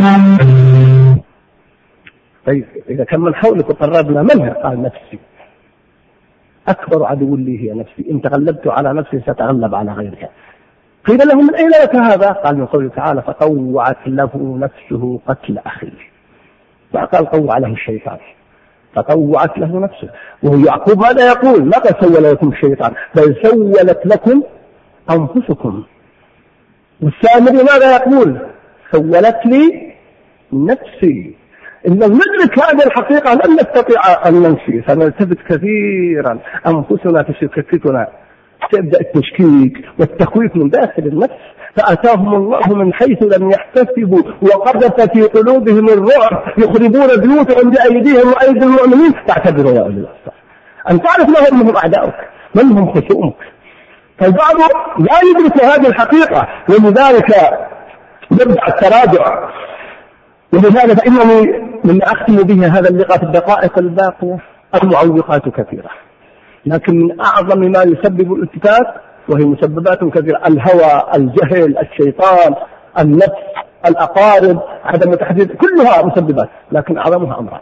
Speaker 2: طيب، إذا كان من حولك وقررنا منها؟ قال: نفسي، أكبر عدو لي هي نفسي، إن تغلبت على نفسي ستغلب على غيرها. قيل له: من أين لك هذا؟ قال: من قوله تعالى: فطوعت له نفسه قتل أخيه. فقال: طوع له الشيطان، فطوعت له نفسه. وهو يعقوب ماذا يقول؟ ما قد سول لكم الشيطان، بل سولت لكم أنفسكم. والسامري ماذا يقول؟ سولت لي نفسي. إن ندرك هذه الحقيقة لن نستطيع أن ننسي، فنلتفت كثيرا، أنفسنا تشككنا، تبدأ التشكيك والتخويف من داخل النفس، فأتاهم الله من حيث لم يحتسبوا وقذف في قلوبهم الرعب، يخربون بيوتهم بأيديهم وأيدي المؤمنين. تعتبروا يا أولي الأبصار أن تعرف من هم أعداؤك، من هم خصومك. فالبعض لا يدرك هذه الحقيقة، ولذلك يبدأ التراجع. ولذلك فإنني من أختم به هذا اللقاء في الدقائق الباقية: المعوقات كثيرة، لكن من أعظم ما يسبب الالتفات، وهي مسببات كثيرة: الهوى، الجهل، الشيطان، النفس، الأقارب، عدم التحديد، كلها مسببات، لكن أعظمها أمران.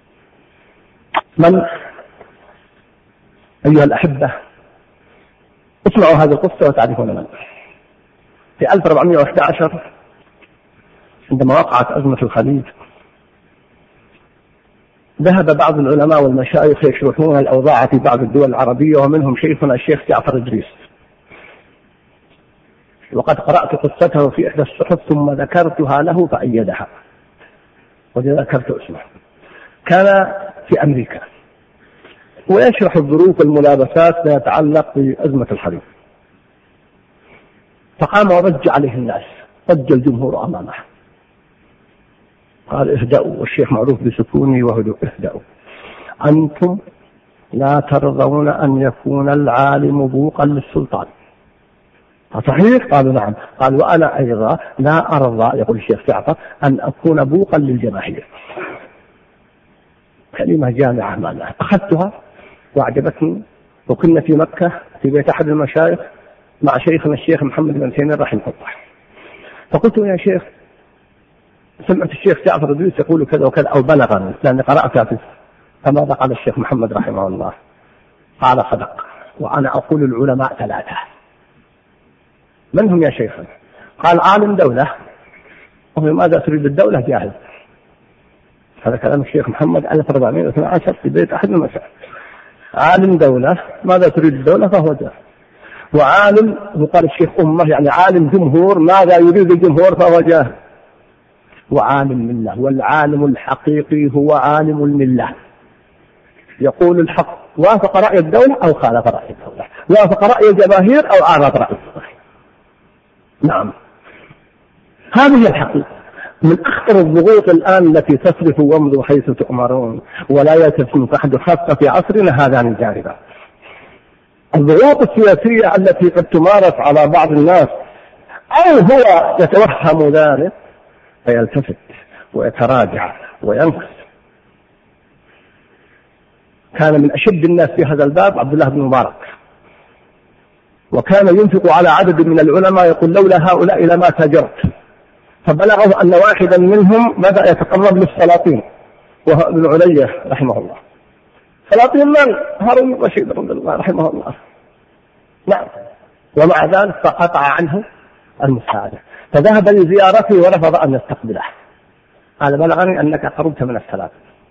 Speaker 2: من أيها الأحبة، اسمعوا هذه القصة وتعرفون من. في 1411 عندما وقعت أزمة الخليج، ذهب بعض العلماء والمشايخ يشرحون الأوضاع في بعض الدول العربية، ومنهم شيخنا الشيخ جعفر إدريس، وقد قرأت قصته في إحدى الصحف ثم ذكرتها له فأيدها وذكرت اسمه. كان في أمريكا ويشرح الظروف والملابسات ما يتعلق بأزمة الحريق، فقام ورج عليه الناس، رج الجمهور أمامه، قال اهدأوا، والشيخ معروف بسكوني وهدوء، اهدأوا، أنتم لا ترضون أن يكون العالم بوقا للسلطان. صحيح؟ قالوا نعم. قال وأنا أيضا لا أرضى، يقول الشيخ جعفر، أن أكون بوقا للجماهير. كلمة جامعة معناها، أخذتها وأعجبتني. وكنا في مكة في بيت أحد المشايخ مع شيخنا الشيخ محمد بن تيمية رحمه الله، فقلت يا شيخ سمعت الشيخ جعفر إدريس يقول كذا وكذا، أو بلغني لأني قرأتها فيه، فماذا قال الشيخ محمد رحمه الله؟ قال صدق، وأنا أقول العلماء ثلاثة. من هم يا شيخ؟ قال عالم دولة، وهو ماذا تريد الدولة جاهز. هذا كلام الشيخ محمد 1412 في بيت أحد المشايخ. عالم دولة، ماذا تريد الدولة فهو جاهز. وعالم، وقال الشيخ أمة، يعني عالم جمهور، ماذا يريد الجمهور فهو جاهز. وعالم ملة، والعالم الحقيقي هو عالم الملة، يقول الحق، وافق رأي الدولة أو خالف رأي الدولة، وافق رأي الجماهير أو عارض رأي الجماهير. نعم، هذه الحقيقة. من أخطر الضغوط الآن التي تصرف وامضوا حيث تؤمرون ولا يلتفت أحد، خاصة في عصرنا هذان الجانبان. الضغوط السياسية التي قد تمارس على بعض الناس، أو هو يتوهم ذلك فيلتفت ويتراجع وينقص. كان من أشد الناس في هذا الباب عبد الله بن مبارك، وكان ينفق على عدد من العلماء يقول لولا هؤلاء لما تاجرت. فبلغه أن واحدا منهم بدأ يتقرب للسلاطين، وهو ابن علية رحمه الله. سلاطين من؟ هارون الرشيد رحمه الله. نعم، ومع ذلك فقطع عنه المساعدة، فذهب لزيارته ورفض أن يستقبله. قال بلغني أنك قربت من السلام.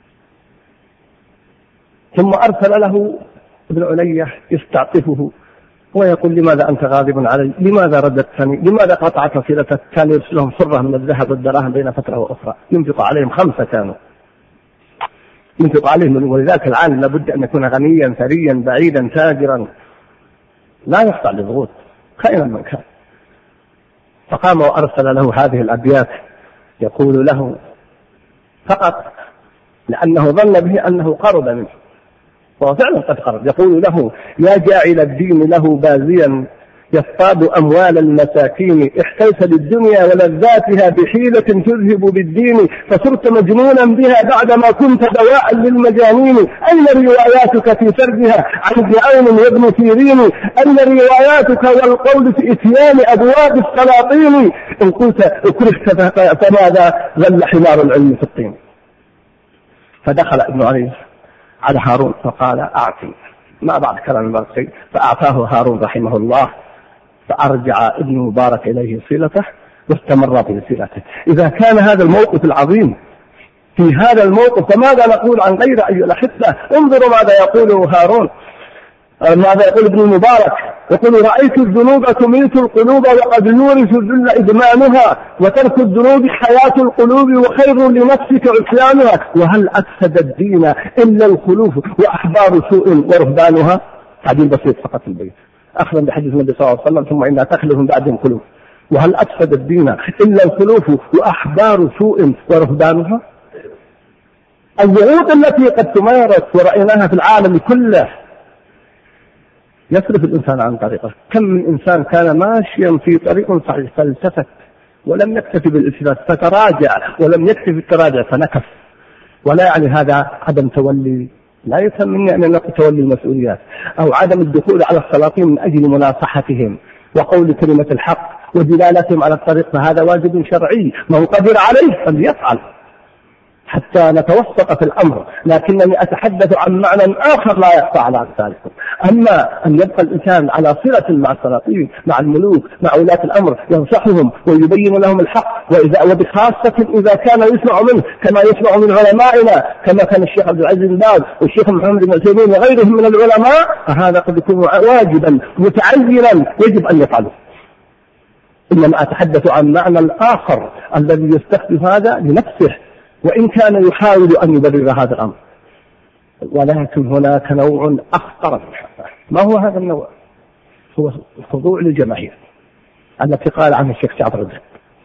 Speaker 2: ثم أرسل له ابن علية يستعطفه ويقول لماذا أنت غاضب علي؟ لماذا رددتني؟ لماذا قطعت صلتك؟ كان يرسلهم صرة من الذهب والدراهم بين فترة وأخرى، ينفق عليهم 5 كانوا ينفق عليهم. ولذلك العالم لابد أن يكون غنيا ثريا بعيدا تاجرا، لا يخضع للضغوط كائنا من كان. فقام وأرسل له هذه الأبيات يقول له فقط لأنه ظن به أنه قرب منه، وهو فعلا قد قرب. يقول له يا جاعل الدين له بازيا يصطاد أموال المساكين، احتيت للدنيا ولذاتها بحيلة تذهب بالدين، فصرت مجنونا بها بعدما كنت دواء للمجانين. أين رواياتك في سردها عن ابن عون وابن سيرين؟ أين رواياتك والقول في إتيان أبواب السلاطين؟ إن قلت اكرهت فماذا ظل حمار العلم في الطين. فدخل ابن على هارون فقال أعطي، ما بعد كلام البرقي، فأعطاه هارون رحمه الله، فأرجع ابن مبارك إليه صلته واستمر في صلته. إذا كان هذا الموقف العظيم، في هذا الموقف فماذا نقول عن غير أيها الأحبة؟ انظروا ماذا يقول هارون، ماذا يقول ابن المبارك، يقول رأيت الذنوب تميت القلوب وقد يورث الذل إدمانها، وترك الذنوب حياة القلوب وخير لنفسك عصيانها، وهل أفسد الدين إلا الخلوف وأحبار سوء ورهبانها. تعديل بسيط فقط في البيت أخذا بحديث النبي صلى الله عليه وسلم ثم إنها تخلف من بعدهم خلوف، وهل أفسد الدين إلا الخلوف وأحبار سوء ورهبانها. الضغوط التي قد تمارس ورأيناها في العالم كله يصرف الإنسان عن طريقه. كم من إنسان كان ماشيا في طريق صحيح فالتفت ولم يكتفي بالالتفات فتراجع، ولم يكتفي بالتراجع فنكف. ولا يعني هذا عدم تولي، لا يفهم مني أن نقول تولي المسؤوليات أو عدم الدخول على السلاطين من أجل مناصحتهم وقول كلمة الحق ودلالتهم على الطريق، فهذا واجب شرعي، ما هو قدر عليه فليفعل حتى نتوسط في الأمر. لكنني أتحدث عن معنى آخر لا يخفى على أمثالكم. أما أن يبقى الإنسان على صلة مع السلاطين مع الملوك مع ولاة الأمر ينصحهم ويبين لهم الحق، وبخاصة إذا كان يسمع منه كما يسمع من علمائنا كما كان الشيخ عبد العزيز بن باز والشيخ محمد بن عثيمين وغيرهم من العلماء، فهذا قد يكون واجبا متعينا يجب أن يفعله. إنما أتحدث عن معنى الآخر الذي يستخدم هذا لنفسه وإن كان يحاول أن يبرر هذا الأمر، ولكن هناك نوع أخطر. ما هو هذا النوع؟ هو الخضوع للجماهير التي قال عنها الشيخ جعفر الدين.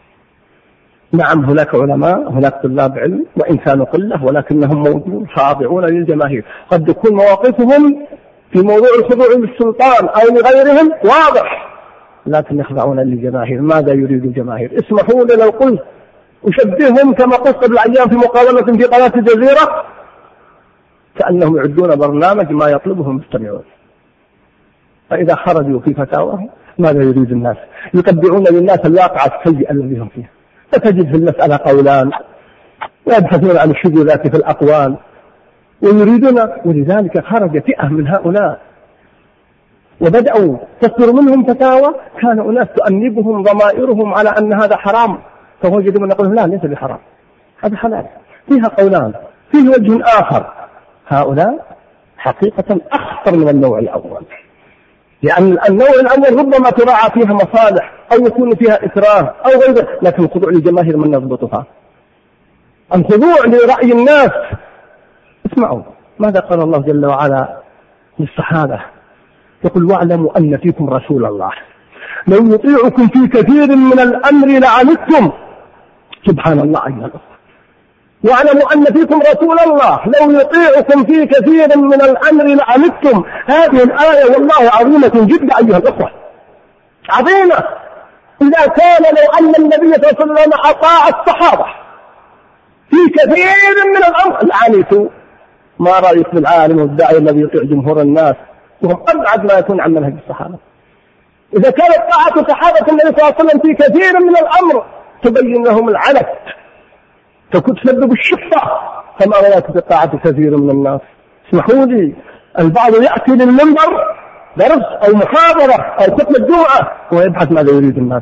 Speaker 2: نعم هناك علماء هناك طلاب علم وإن كانوا قلة ولكنهم موجودون خاضعون للجماهير، قد تكون مواقفهم في موضوع الخضوع للسلطان أو لغيرهم واضح لكن يخضعون للجماهير. ماذا يريد الجماهير؟ اسمحوا لي لو قلت أشبههم كما قلت قبل أيام في مقابلة في قناة الجزيرة كأنهم يعدون برنامج ما يطلبه المستمعون، فإذا خرجوا في فتاوى ماذا يريد الناس؟ يتبعون للناس الواقع السيء الذي هم فيه، فتجد في المسألة قولان ويبحثون عن الشذوذات في الأقوال ويريدون. ولذلك خرج فئة من هؤلاء وبدأوا تصدر منهم فتاوى كان أناس تؤنبهم ضمائرهم على أن هذا حرام، فوجدوا من يقولون لا ليس بحرام هذا حلال. فيها قولان، فيه وجه آخر. هؤلاء حقيقة أخطر من النوع الأول، لأن النوع الأول ربما تراعى فيها مصالح أو يكون فيها إكراه أو غيره، لكن الخضوع للجماهير من يضبطها. الخضوع لرأي الناس. اسمعوا ماذا قال الله جل وعلا للصحابة، يقول واعلموا أن فيكم رسول الله لو يطيعكم في كثير من الأمر لعنتم. سبحان الله أيها الأخوة، واعلموا أن فيكم رسول الله لو يطيعكم في كثير من الأمر لعنتم. هذه الآية والله عظيمة جدا أيها الأخوة، عظيمة. إذا كان لو أن النبي صلى الله عليه وسلم أطاع الصحابة في كثير من الأمر لعنتوا. ما رأيك بالعالم والداعي الذي يطيع جمهور الناس وهم أبعد ما يكون عن منهج الصحابة؟ إذا كانت طاعة صحابة النبي صلى الله عليه وسلم في كثير من الأمر تبين لهم العنت تكون تسبب الشقة، فما رأيك بطاعة كثير من الناس؟ اسمحوا لي، البعض يأتي للمنبر درس أو محاضرة أو خطبة جمعة ويبحث ماذا يريد الناس،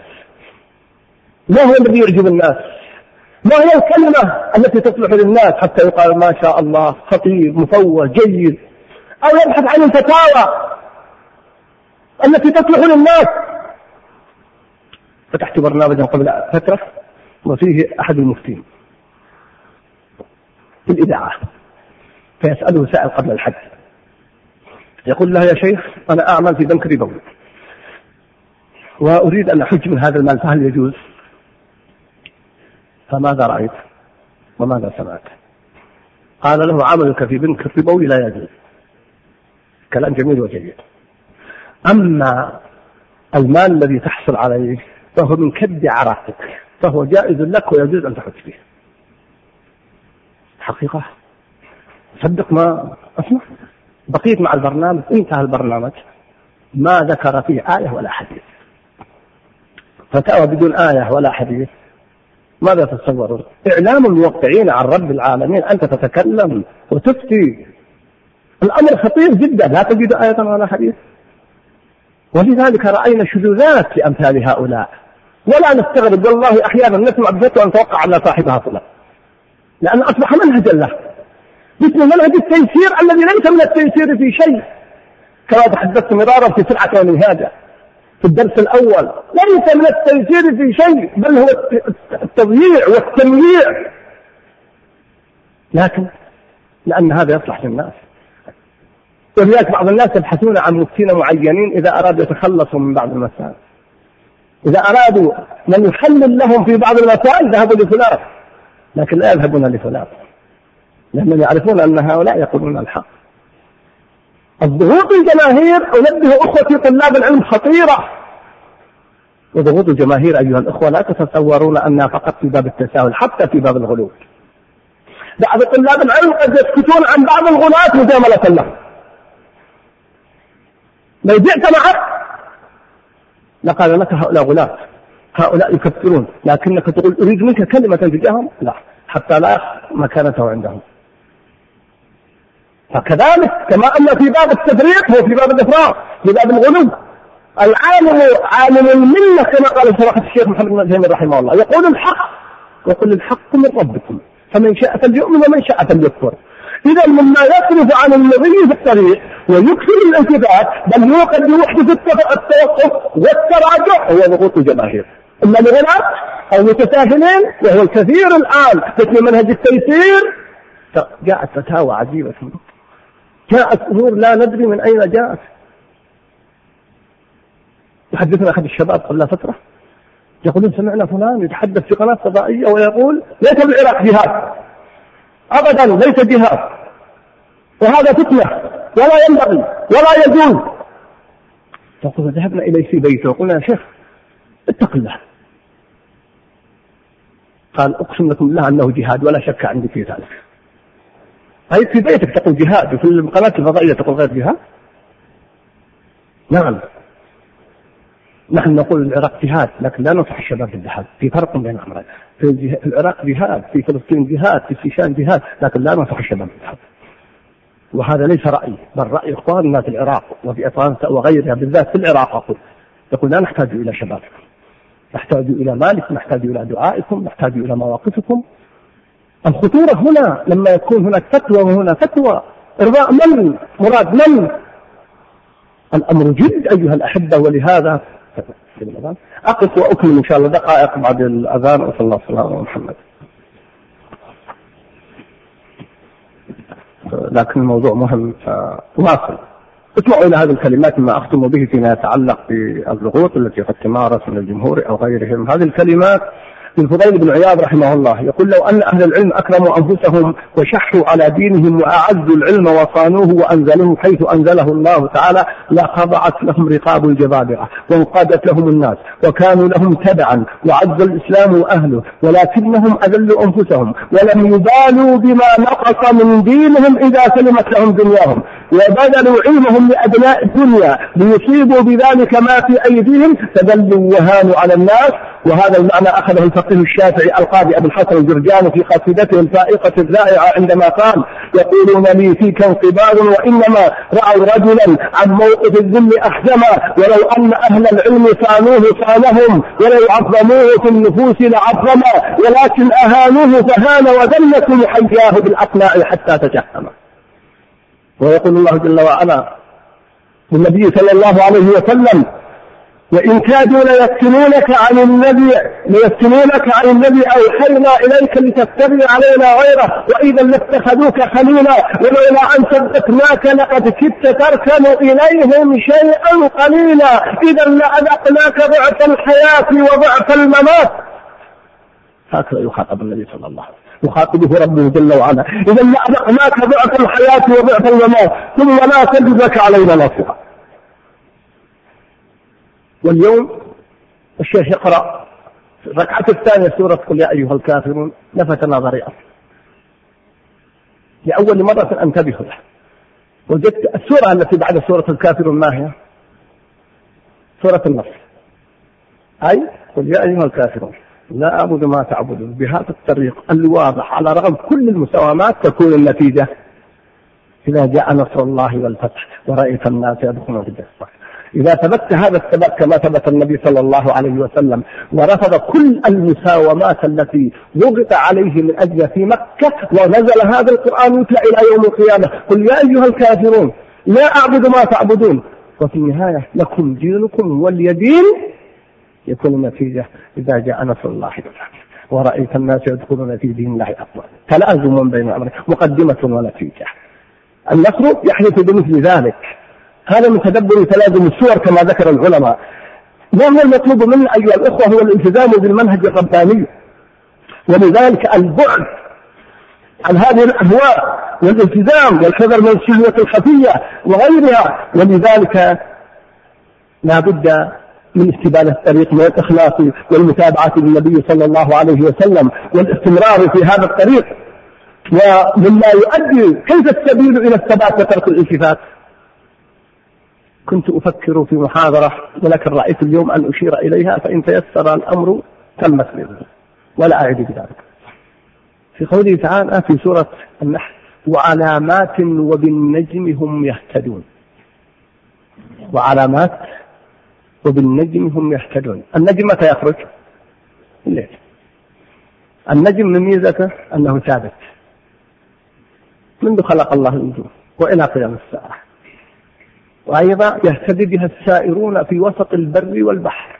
Speaker 2: ما هو الذي يعجب الناس، ما هي الكلمة التي تصلح للناس حتى يقال ما شاء الله خطيب مفوه جيد، أو يبحث عن الفتاوى التي تصلح للناس. فتحت برنامجا قبل فترة وفيه أحد المفتين في الإذاعة فيسأله سائل قبل الحج يقول له يا شيخ أنا أعمل في بنك ربوي وأريد أن أحج من هذا المال فهل يجوز؟ فماذا رأيت وماذا سمعت؟ قال له عملك في بنك الربوي لا يجوز. كلام جميل وجيد. أما المال الذي تحصل عليه فهو من كد عراقك فهو جائز لك ويجوز أن تحج فيه. حقيقة صدق ما أسمع. بقيت مع البرنامج، انتهى البرنامج ما ذكر فيه آية ولا حديث. فتاوى بدون آية ولا حديث، ماذا تتصورون؟ إعلام الموقعين عن رب العالمين، أنت تتكلم وتفتي. الأمر خطير جدا، لا تجد آية ولا حديث. ولذلك رأينا شذوذات لأمثال هؤلاء، ولا نستغرب والله أحيانا نسمع بفتوى نتوقع على صاحبها فلان، لأن أصبح منهجا له باسم منهج التيسير الذي ليس من التيسير في شيء، كما تحدثت مرارا في سلعة ونهاجة في الدرس الأول. ليس من التيسير في شيء بل هو التضييع والتمييع، لكن لأن هذا يصلح للناس. ولذلك بعض الناس يبحثون عن مفتين معينين إذا أرادوا يتخلصوا من بعض المسائل، إذا أرادوا من يحلل لهم في بعض المسائل ذهبوا لفلان، لكن لا يذهبون لفلان لأنهم يعرفون أن هؤلاء يقولون الحق. الضغوط الجماهير أنبه أخوتي طلاب العلم خطيرة، وضغوط الجماهير أيها الأخوة لا تتصورون أنها فقط في باب التساهل، حتى في باب الغلو. بعض طلاب العلم قد يسكتون عن بعض الغلاة مجاملة لهم. لو جئت معك لقال لك هؤلاء غلاة، هؤلاء يكفرون، لكنك تقول أريد منك كلمة تجاههم، لا، حتى لا مكانته عندهم. فكذلك كما أن في باب التفريط هو في باب الإفراط، في باب الغلو. العالم عالم الملة كما قال سماحة الشيخ محمد بن عثيمين رحمه الله، يقول الحق، يقول الحق من ربكم فمن شاء فليؤمن ومن شاء فليكفر. إذا مما يصرف عن المضي في الطريق ويكثر الالتفات بل يوقد يحدث التوقف والتراجع هو ضغوط الجماهير، إما لغلاء أو متساهلين، وهو الكثير الآن مثل منهج التيسير. جاءت فتاوى عجيبة، جاءت أمور لا ندري من أين جاءت. يحدثنا أحد الشباب قبل فترة يقولون سمعنا فلان يتحدث في قناة فضائية ويقول ليس بالعراق جهاد، أبدا ليس جهاد، وهذا فتنة ولا ينبغي ولا يجوز. فقلنا ذهبنا إليه في بيته وقلنا يا شيخ اتق الله. قال أقسم لكم الله أنه جهاد ولا شك عندي في ذلك. هاي في بيتك تقول جهاد وفي القناة الفضائية تقول غير جهاد؟ نعم، نحن نقول العراق جهاد لكن لا ننصح الشباب بالجهاد، في فرق بين الأمرين. في العراق جهاد، في فلسطين جهاد، في الشيشان جهاد، لكن لا ننصح الشباب بالجهاد. وهذا ليس رأي بل رأي إخواننا في العراق وفي أفغانستان وغيرها، بالذات في العراق. يقول لا نحتاج إلى شبابكم، نحتاج إلى مالكم، نحتاج إلى دعائكم، نحتاج إلى مواقفكم. الخطورة هنا لما يكون هناك فتوى وهنا فتوى، إرضاء من؟ مراد من؟ الأمر جد أيها الأحبة. ولهذا أقف وأكمل إن شاء الله دقائق بعد الأذان، وصلى الله على محمد. لكن الموضوع مهم فواصل. اسمعوا إلى هذه الكلمات مما أختم به فيما يتعلق بالضغوط التي قد تمارس من الجمهور أو غيرهم. هذه الكلمات الفضيل بن عياض رحمه الله يقول لو أن أهل العلم أكرموا أنفسهم وشحوا على دينهم وأعزوا العلم وصانوه وأنزلوه حيث أنزله الله تعالى لخضعت لهم رقاب الجبابرة وانقادت لهم الناس وكانوا لهم تبعا وعز الإسلام وأهله، ولكنهم أذلوا أنفسهم ولم يبالوا بما نقص من دينهم إذا سلمت لهم دنياهم، وبذلوا علمهم لأبناء الدنيا ليصيبوا بذلك ما في أيديهم، فذلوا وهانوا على الناس. وهذا المعنى أخذه الفقيه الشافعي القاضي أبو الحسن الجرجاني في قصيدته الفائقة الرائعة عندما قال: يقولون لي فيك انقباض وإنما رأوا رجلا عن موقف الذل أحزما، ولو أن أهل العلم صانوه صانهم ولو عظموه في النفوس لعظما، ولكن أهانوه فهان وذلة محياه بالأقناع حتى تجهم. ويقول الله جل وعلا للنبي صلى الله عليه وسلم: وإن كادوا ليفتنونك عن الذي أوحينا إليك لتفتري علينا غيره وإذا لاتخذوك خليلا ولولا أن ثبتناك لقد كدت تركن إليهم شيئا قليلا إذا لأذقناك ضعف الحياة وضعف الممات. هكذا يخاطب النبي صلى الله عليه وسلم، يخاطبه ربه جل وعلا: إذا لأذقناك ضعف الحياة وضعف الممات ثم لا تجد لك علينا نصيرا. واليوم الشيخ يقرأ في الركعة الثانية سورة قل يا أيها الكافرون، لفت نظري لأول مرة أنتبه له، وجدت السورة التي بعد سورة الكافرون ما هي؟ سورة النصر، أي قل يا أيها الكافرون لا أعبد ما تعبدون. بهذا الطريق الواضح على رغم كل المساومات تكون النتيجة إذا جاء نصر الله والفتح ورأيت الناس يدخلون في الدين. إذا ثبت هذا الثبات كما ثبت النبي صلى الله عليه وسلم ورفض كل المساومات التي ضغط عليه من أجل في مكة، ونزل هذا القرآن يتلى إلى يوم القيامة: قل يا أيها الكافرون لا أعبد ما تعبدون وفي النهاية لكم دينكم ولي دين، يكون النتيجة إذا جاء نصر الله ورأيت الناس يدخلون في دين الله أفواجا. تلازم بين أمرين، مقدمة ونتيجة. النصر يحدث بمثل ذلك. هذا من تدبر تلازم السور كما ذكر العلماء. ما هو المطلوب منا أيها الأخوة؟ هو الالتزام بالمنهج الرباني، ولذلك البعد عن هذه الأهواء والالتزام والحذر من الشهوة الخفية وغيرها. ولذلك لا بد من استبانة الطريق من الإخلاص والمتابعة للنبي صلى الله عليه وسلم والاستمرار في هذا الطريق. ومما يؤدي كيف السبيل إلى الثبات وترك الالتفات. كنت أفكر في محاضرة ولكن رأيت اليوم أن أشير إليها، فإن تيسر الأمر تم تسليمه ولا أعد بذلك. في قوله تعالى في سورة النحل: وعلامات وبالنجم هم يهتدون. وعلامات وبالنجم هم يهتدون. النجم متى يخرج؟ الليل. النجم من ميزته أنه ثابت منذ خلق الله النجوم وإلى قيام الساعة، وأيضا يهتدي بها السائرون في وسط البر والبحر.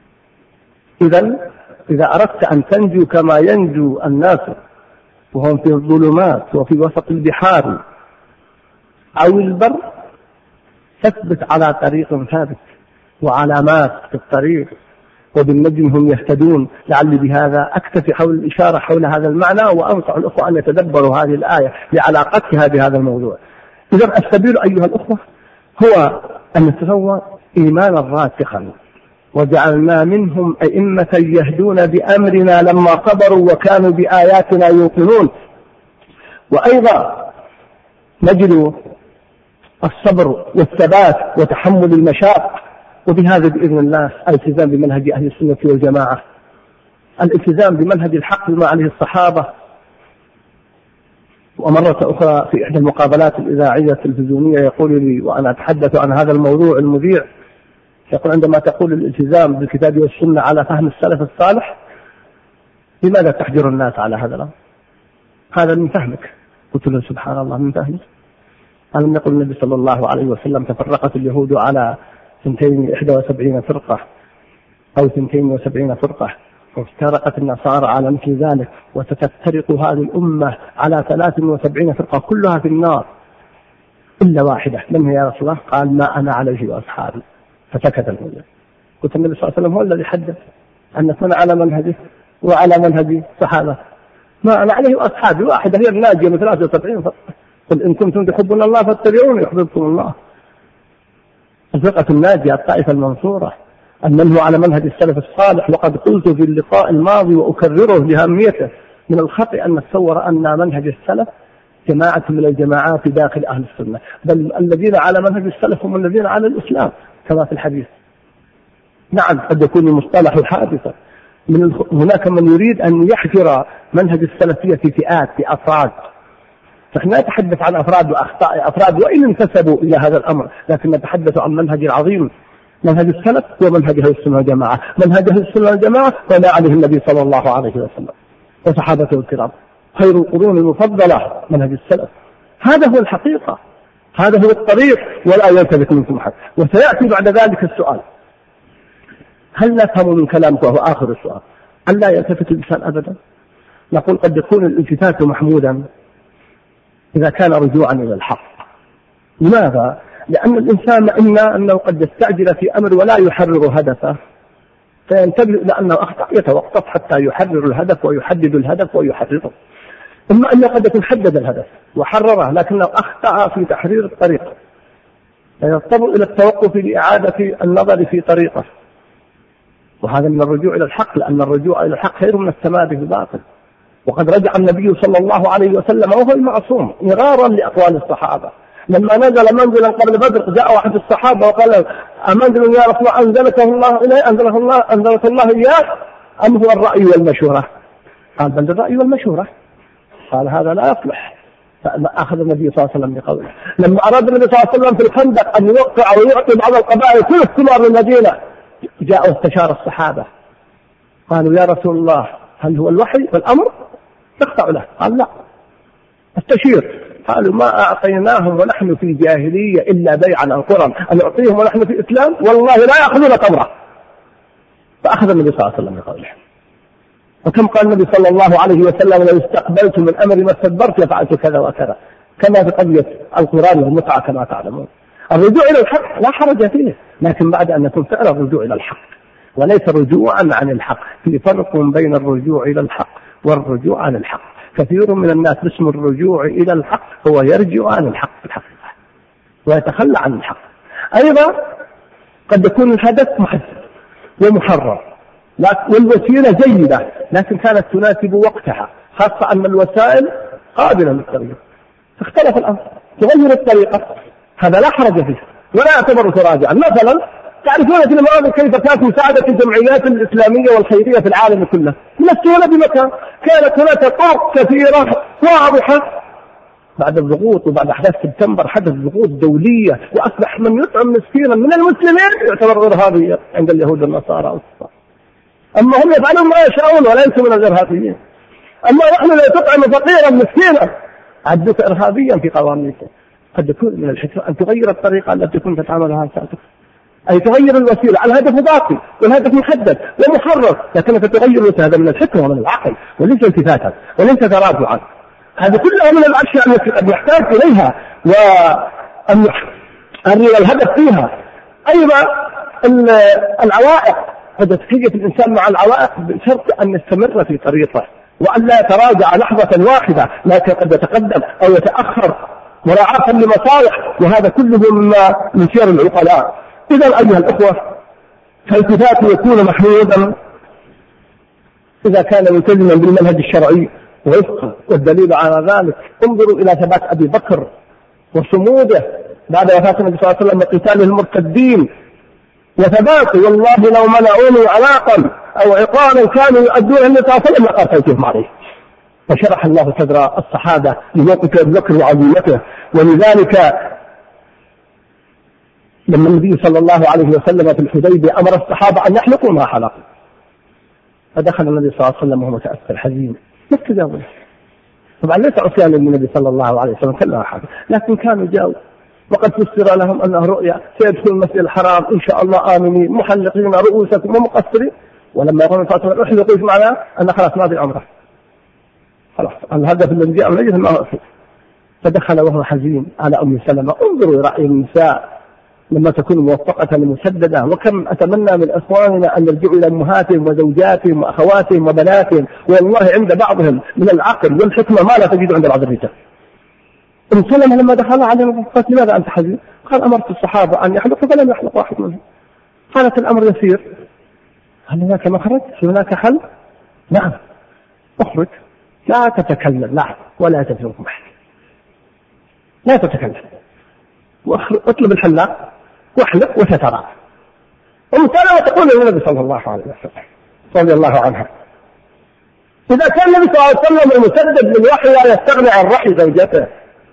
Speaker 2: إذا أردت أن تنجو كما ينجو الناس وهم في الظلمات وفي وسط البحار أو البر، تثبت على طريق ثابت وعلامات في الطريق، وبالنجم هم يهتدون. لعلي بهذا أكتفي حول الإشارة حول هذا المعنى، وأنصح الأخوة أن يتدبروا هذه الآية لعلاقتها بهذا الموضوع. إذن السبيل أيها الأخوة هو أن نتسوى إيمانا راسخا، وجعلنا منهم أئمة يهدون بأمرنا لما صبروا وكانوا بآياتنا يوقنون. وأيضا نجد الصبر والثبات وتحمل المشاق، وبهذا بإذن الله الالتزام بمنهج أهل السنة والجماعة، الالتزام بمنهج الحق بما عليه الصحابة. ومرة أخرى في إحدى المقابلات الإذاعية التلفزيونية يقول لي وأنا أتحدث عن هذا الموضوع المذيع، يقول: عندما تقول الالتزام بالكتاب والسنة على فهم السلف الصالح، لماذا تحجر الناس على هذا الأمر؟ هذا من فهمك. قلت له: سبحان الله، من فهمك؟ ألم يقل النبي صلى الله عليه وسلم: تفرقت اليهود على 71 فرقة أو 72 فرقة، وافترقت النصارى على مثل ذلك، وستفترق هذه الأمة على 73 فرقة كلها في النار إلا واحدة. من هي يا رسول الله؟ قال: ما أنا عليه وأصحابي. فسكت النبي. قلت: النبي صلى الله عليه وسلم هو الذي حدث أن نكون على منهجه وعلى منهج الصحابة. ما أنا عليه وأصحابي واحدة هي الناجية من 73 فرقة. قل إن كنتم تحبون الله فاتبعوني يحببكم الله. الفرقة الناجية، الطائفة المنصورة، أنه على منهج السلف الصالح. وقد قلت في اللقاء الماضي وأكرره لأهميته: من الخطأ أن نتصور أن منهج السلف جماعة من الجماعات داخل أهل السنة، بل الذين على منهج السلف هم الذين على الإسلام كما في الحديث. نعم، قد يكون المصطلح حادثا. هناك من يريد أن يحجر منهج السلفية في فئات، في أفراد. فإحنا نتحدث عن أفراد وأخطاء أفراد وإن انتسبوا إلى هذا الأمر، لكن نتحدث عن منهج العظيم. منهج السلف هو منهج أهل السنة والجماعة. منهج أهل السنة والجماعة وما عليه النبي صلى الله عليه وسلم وصحابته الكرام، خير القرون المفضلة منهج السلف. هذا هو الحقيقة، هذا هو الطريق، ولا يلتفت منكم أحد. وسيأتي بعد ذلك السؤال: هل نفهم من كلامك، وهو آخر السؤال، أن لا يلتفت الإنسان أبدا؟ نقول: قد يكون الالتفات محمودا إذا كان رجوعا إلى الحق. لماذا؟ لأن الإنسان إما أنه قد يستعجل في أمر ولا يحرر هدفه، فينتبه لأنه أخطأ، يتوقف حتى يحرر الهدف ويحدد الهدف ويحرره. إما أنه قد يكون حدد الهدف وحرره لكنه أخطأ في تحرير الطريق، فيضطر إلى التوقف لإعادة النظر في طريقه، وهذا من الرجوع إلى الحق، لأن الرجوع إلى الحق خير من التمادي في الباطل. وقد رجع النبي صلى الله عليه وسلم وهو المعصوم إغارا لأقوال الصحابة. لما نزل منزلا قبل بدر جاء واحد الصحابة وقال: أمنزل يا رسول الله أنزلته الله إليه، أنزلته الله إياه، أم هو الرأي والمشورة؟ قال: بل الرأي والمشورة. قال: هذا لا يصلح. فأخذ النبي صلى الله عليه وسلم بقوله. لما أراد النبي صلى الله عليه وسلم في الخندق أن يوقع ويعطي بعض القبائل كل الثمار للمدينة، جاء واستشار الصحابة قالوا: يا رسول الله، هل هو الوحي والأمر تخضع له؟ قال: لا، استشير. قالوا: ما أعطيناهم ونحن في جاهلية إلا بيعا عن قرى، أن نعطيهم ونحن في إسلام والله لا يأخذون تمرة. فأخذ النبي صلى الله عليه وسلم بقوله. وكم قال النبي صلى الله عليه وسلم: لو استقبلت من أمر ما استدبرت لفعلت كذا وكذا، كما في قضية القرآن والمتعة كما تعلمون. الرجوع إلى الحق لا حرج فيه، لكن بعد أن يكون فعلا الرجوع إلى الحق وليس رجوعا عن الحق. في فرق بين الرجوع إلى الحق والرجوع عن الحق. كثير من الناس باسم الرجوع إلى الحق هو يرجع عن الحق في الحقيقة ويتخلى عن الحق. أيضا قد يكون الهدف محدد ومحرر والوسيلة جيدة لكن كانت تناسب وقتها، خاصة أن الوسائل قابلة للتغيير، فاختلف الأمر تغير الطريقة، هذا لا حرج فيه ولا يعتبر تراجعا. مثلا تعرفون في الماضي كيف كانت مساعدة الجمعيات الإسلامية والخيرية في العالم كله من السهولة بمكان، كانت هناك طرق كثيرة واضحة بعد الضغوط وبعد أحداث سبتمبر حدث ضغوط دولية، وأصبح من يطعم مسكينا من المسلمين يعتبر إرهابيا عند اليهود والنصارى والكفار. أما هم يفعلون ما يشاءون ولا ينسوا من الإرهابيين. أما نحن لو تطعم فقيرا مسكينا عدك إرهابيا في قوانينك. قد يكون من الحكمة أن تغير الطريقة التي كنت تعملها ساعتك، أي تغير الوسيلة على هدف باقي والهدف محدد ومحرر، لكنك تغير هذا من الحكمة ومن العقل وليس التفاتا وليس تراجعا. هذه كلها من الأشياء التي نحتاج إليها وأن نرى الهدف فيها. أيضا العوائق، فتتحية الإنسان مع العوائق بشرط أن يستمر في طريقه وأن لا يتراجع لحظة واحدة، لكن قد يتقدم أو يتأخر مراعاة لمصالح، وهذا كله من سير العقلاء. إذا أيها الأخوة، فالتفات يكون محمودا إذا كان ملتزما بالمنهج الشرعي ووفقه، والدليل على ذلك انظروا إلى ثبات أبي بكر وصموده بعد وفاة النبي صلى الله عليه وسلم وقتاله المرتدين وثباته. والله لو منعوني علاقا أو عقالا كانوا يؤدون النبي صلى الله عليه وسلم لقاتلتهم عليه. فشرح الله صدر الصحابة لموقف أبي بكر وعظيمته. ولذلك لما النبي صلى الله عليه وسلم في الحديبية أمر الصحابة أن يحلقوا ما حلقوا، فدخل النبي صلى الله عليه وسلم وهو متأثر حزين ما تجاوز. طبعا ليس عصيانا للنبي صلى الله عليه وسلم كلا أحد، لكن كانوا جاءوا وقد فسر لهم أنه رؤيا سيدخل المسجد الحرام إن شاء الله آمنين محلقين رؤوسكم ومقصرين. ولما يقول الفاتحة احلقوا ايش معناه؟ أن خلاص ما في عمره، خلاص الهدف الذي جاء من ما هو. فدخل وهو حزين على أم سلمة. انظروا رأي النساء لما تكون موفقة مسددة. وكم أتمنى من إخواننا أن يرجعوا إلى أمهاتهم وزوجاتهم وأخواتهم وبناتهم، والله عند بعضهم من العقل والحكمة ما لا تجد عند بعض الرجال. أم سلمة لما دخل عليه قالت لماذا أنت حزين؟ قال أمرت الصحابة أن يحلقوا فلم يحلق واحد منهم. قالت الأمر يسير، هل هناك مخرج؟ هناك حل؟ نعم، اخرج لا تتكلم لا ولا تترك أحد، لا تتكلم، واطلب الحلاق واحلق وسترى. أم سلمة تقول للنبي صلى الله عليه وسلم رضي الله عنها: إذا كان النبي صلى الله عليه وسلم المسدد بالوحي لا يستغني عن رأي زوجته،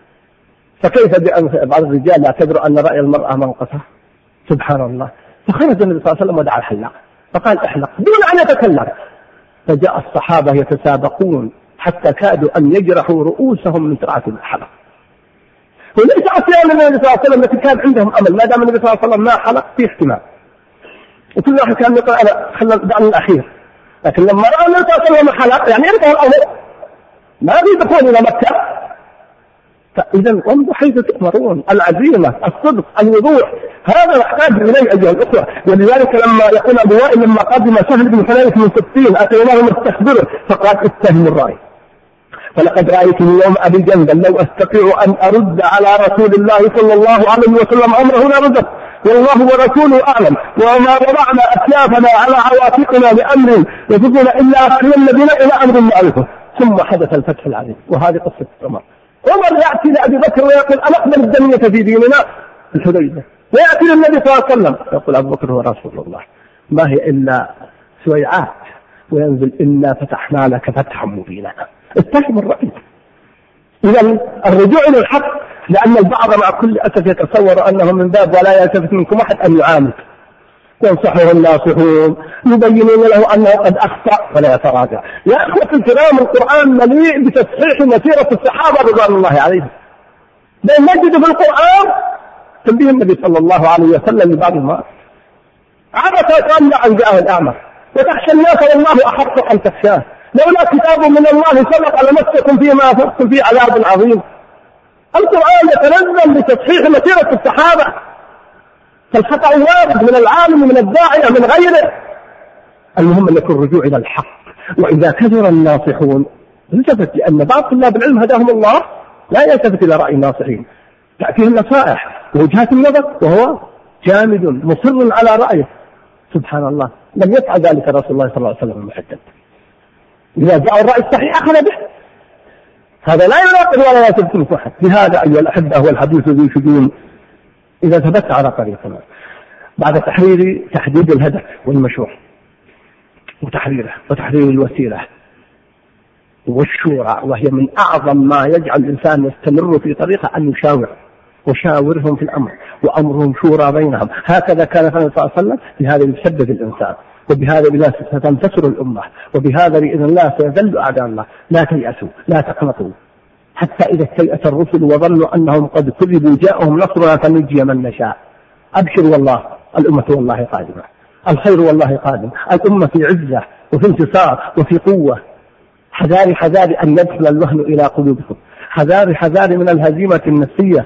Speaker 2: فكيف بأن بعض الرجال يعتبروا أن رأي المرأة منقصة؟ سبحان الله. فخرج النبي صلى الله عليه وسلم ودعا الحلاق فقال: احلق دون أن يتكلم. فجاء الصحابة يتسابقون حتى كادوا أن يجرحوا رؤوسهم من سرعة الحلق. وليس عصيان النبي صلى الله عليه وسلم التي كان عندهم أمل، ما دام النبي صلى الله عليه وسلم ما حلق في احتمال، وكل واحد كان يقول أنا خلنا دعني الأخير. لكن لما رأى النبي صلى الله عليه وسلم حلق يعني يرجع الأمر، ما في دخول إلى مكة. فإذا انظروا حيث تأمرون، العزيمة، الصدق، الوضوح، هذا نحتاج إليه أيها الأخوة. ولذلك لما يقول أبو وائل لما قدم سهل بن حنيف من 60 أتيناه مستخبره فقال: اتهم الرأي، فلقد رأيتني يوم أبي جندل لو أستطيع أن أرد على رسول الله صلى الله عليه وسلم أمره لرده، والله ورسوله أعلم، وما وضعنا أكيافنا على عواتقنا لأمر يجبنا إلا أخيرنا بنا إلى أمر معرفه. ثم حدث الفتح العظيم. وهذه قصة عمر. عمر يأتي لأبي بكر ويقول: أنا أقبل الدنيا في ديننا الحديبية، ويأتي للنبي صلى الله عليه وسلم يقول أبو بكر هو رسول الله، ما هي إلا سويعات، وينزل: إنا فتحنا لك فتحا مبينا. اتهم الرأي. إذا الرجوع إلى الحق، لأن البعض مع كل أسف يتصور أنه من باب ولا يلتفت منكم أحد أن يعامل، ينصحه الناصحون يبينون له أنه قد أخطأ ولا يتراجع. يا أخوة الكرام، القرآن مليء بتصحيح مسيرة الصحابة رضوان الله عليهم، بل نجد في القرآن تنبيه النبي صلى الله عليه وسلم لبعض الناس: عبس وتولى أن جاءه الأعمى وتخشى الناس والله أحق أن تخشاه، لولا كتاب من الله سبق لمسكم فيما أخذتم فيه عذاب عظيم. القرآن يتنزل بتصحيح مسيرة الصحابة، فالخطأ وارد من العالم ومن الداعية من غيره. المهم أن يكون الرجوع إلى الحق. وإذا كثر الناصحون التفت، لأن بعض طلاب العلم هداهم الله لا يلتفت إلى رأي الناصحين، تأتيه النصائح ووجهات النظر وهو جامد مصر على رأيه. سبحان الله، لم يفعل ذلك رسول الله صلى الله عليه وسلم المحدد. إذا جاء الرأي الصحيح أخذ به، هذا لا يناقض ولا يثبت مصحة. لهذا أيها الأحبة هو الحديث ذي شجون. إذا ثبت على طريقنا بعد تحديد الهدف والمشروع وتحريره وتحرير الوسيلة والشورى، وهي من أعظم ما يجعل الإنسان يستمر في طريقه أن يشاور، وشاورهم في الأمر وأمرهم شورى بينهم. هكذا كان صلى الله عليه وسلم. بهذا يسدد الإنسان، وبهذا بالله ستنتصر الأمة، وبهذا بإذن الله سيذل أعداء الله. لا تيأسوا، لا تقنطوا، حتى إذا استيأس الرسل وظنوا أنهم قد كذبوا جاءهم نصرنا فنجي من نشاء. أبشروا والله، الأمة والله قادمة، الخير والله قادم، الأمة في عزة وفي انتصار وفي قوة. حذاري حذاري أن يدخل الوهن إلى قلوبكم، حذاري حذاري من الهزيمة النفسية.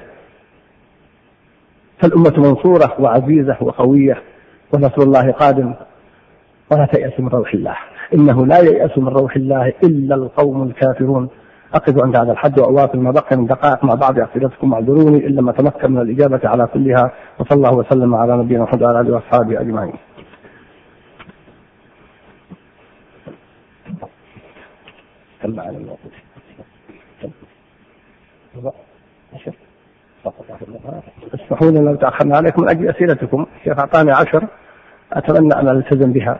Speaker 2: فالأمة منصورة وعزيزة وقوية، ونصر الله قادم. ولا تيأس من روح الله، إنه لا ييأس من روح الله إلا القوم الكافرون. أقف عند هذا الحد وأواصل ما بقي من دقائق مع بعض أسئلتكم، معذروني إلا ما تمكن من الإجابة على كلها. وصلى الله وسلم على نبينا محمد وعلى آله وأصحابه أجمعين. اسمحوا لنا لو تأخرنا عليكم من أجل أسئلتكم. الشيخ أعطاني 10 أتمنى أن ألتزم بها.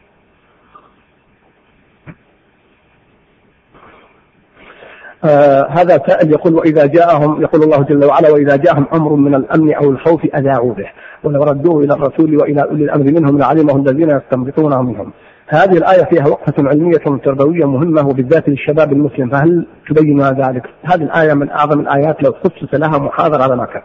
Speaker 2: هذا سائل يقول: وإذا جاءهم، يقول الله جل وعلا: وإذا جاءهم أمر من الأمن أو الخوف أذاعوا به ولو ردوه إلى الرسول وإلى أولي الأمر منهم لعلمه الذين يستنبطونه منهم. هذه الآية فيها وقفة علمية تربوية مهمة، وبالذات للشباب المسلم، فهل تبين ذلك؟ هذه الآية من أعظم الآيات لو خصص لها محاضرة على مكان.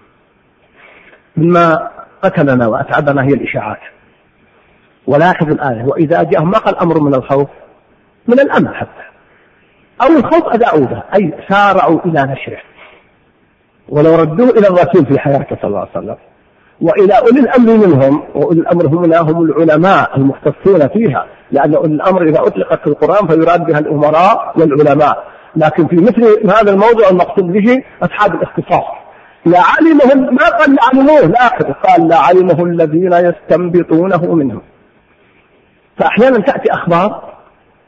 Speaker 2: مما قتلنا وأتعبنا هي الإشاعات. ولاحظ الآية: وإذا جاءهم، ما قال أمر من الخوف، من الأمن حتى، أو الخوف أذاعوا به، أي سارعوا إلى نشره ولو ردوه إلى الرسول في حياته صلى الله عليه وسلم وإلى أولي الأمر منهم. وأولي الأمر هم العلماء المختصين فيها، لأن أولي الأمر إذا أطلقت في القرآن فيراد بها الأمراء والعلماء، لكن في مثل هذا الموضوع المقصود به أصحاب الاختصاص. لعلمهم، ما قال لعلموه، لا، قال لعلمه الذين يستنبطونه منهم. فأحيانا تأتي أخبار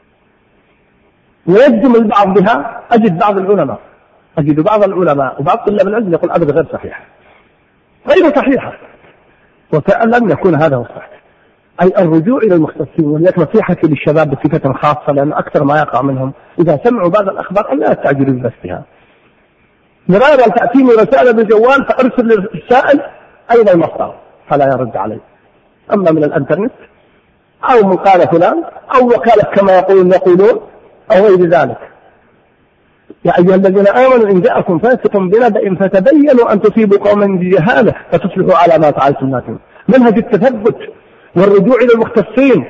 Speaker 2: ويجزم البعض بها. أجد بعض العلماء وبعض طلاب العلم يقول أبدا غير صحيحة، غير صحيحة، وفعلا لم يكون هذا هو الصحيح. أي الرجوع إلى المختصين. ولذلك نصيحتي للشباب بصفة خاصة، لأن أكثر ما يقع منهم إذا سمعوا بعض الأخبار أن لا يستعجلوا ببثها. مرارا تأتيني رسالة بالجوال فأرسل للسائل أين المصدر فلا يرد علي، أما من الإنترنت أو من قال فلان أو وكالة كما يقولون أو غير ذلك. يا أيها الذين آمنوا إن جاءكم فاسق بنبأ فتبينوا أن تصيبوا قوما بجهالة فتصبحوا على ما فعلتم نادمين. منهج التثبت والرجوع إلى المختصين.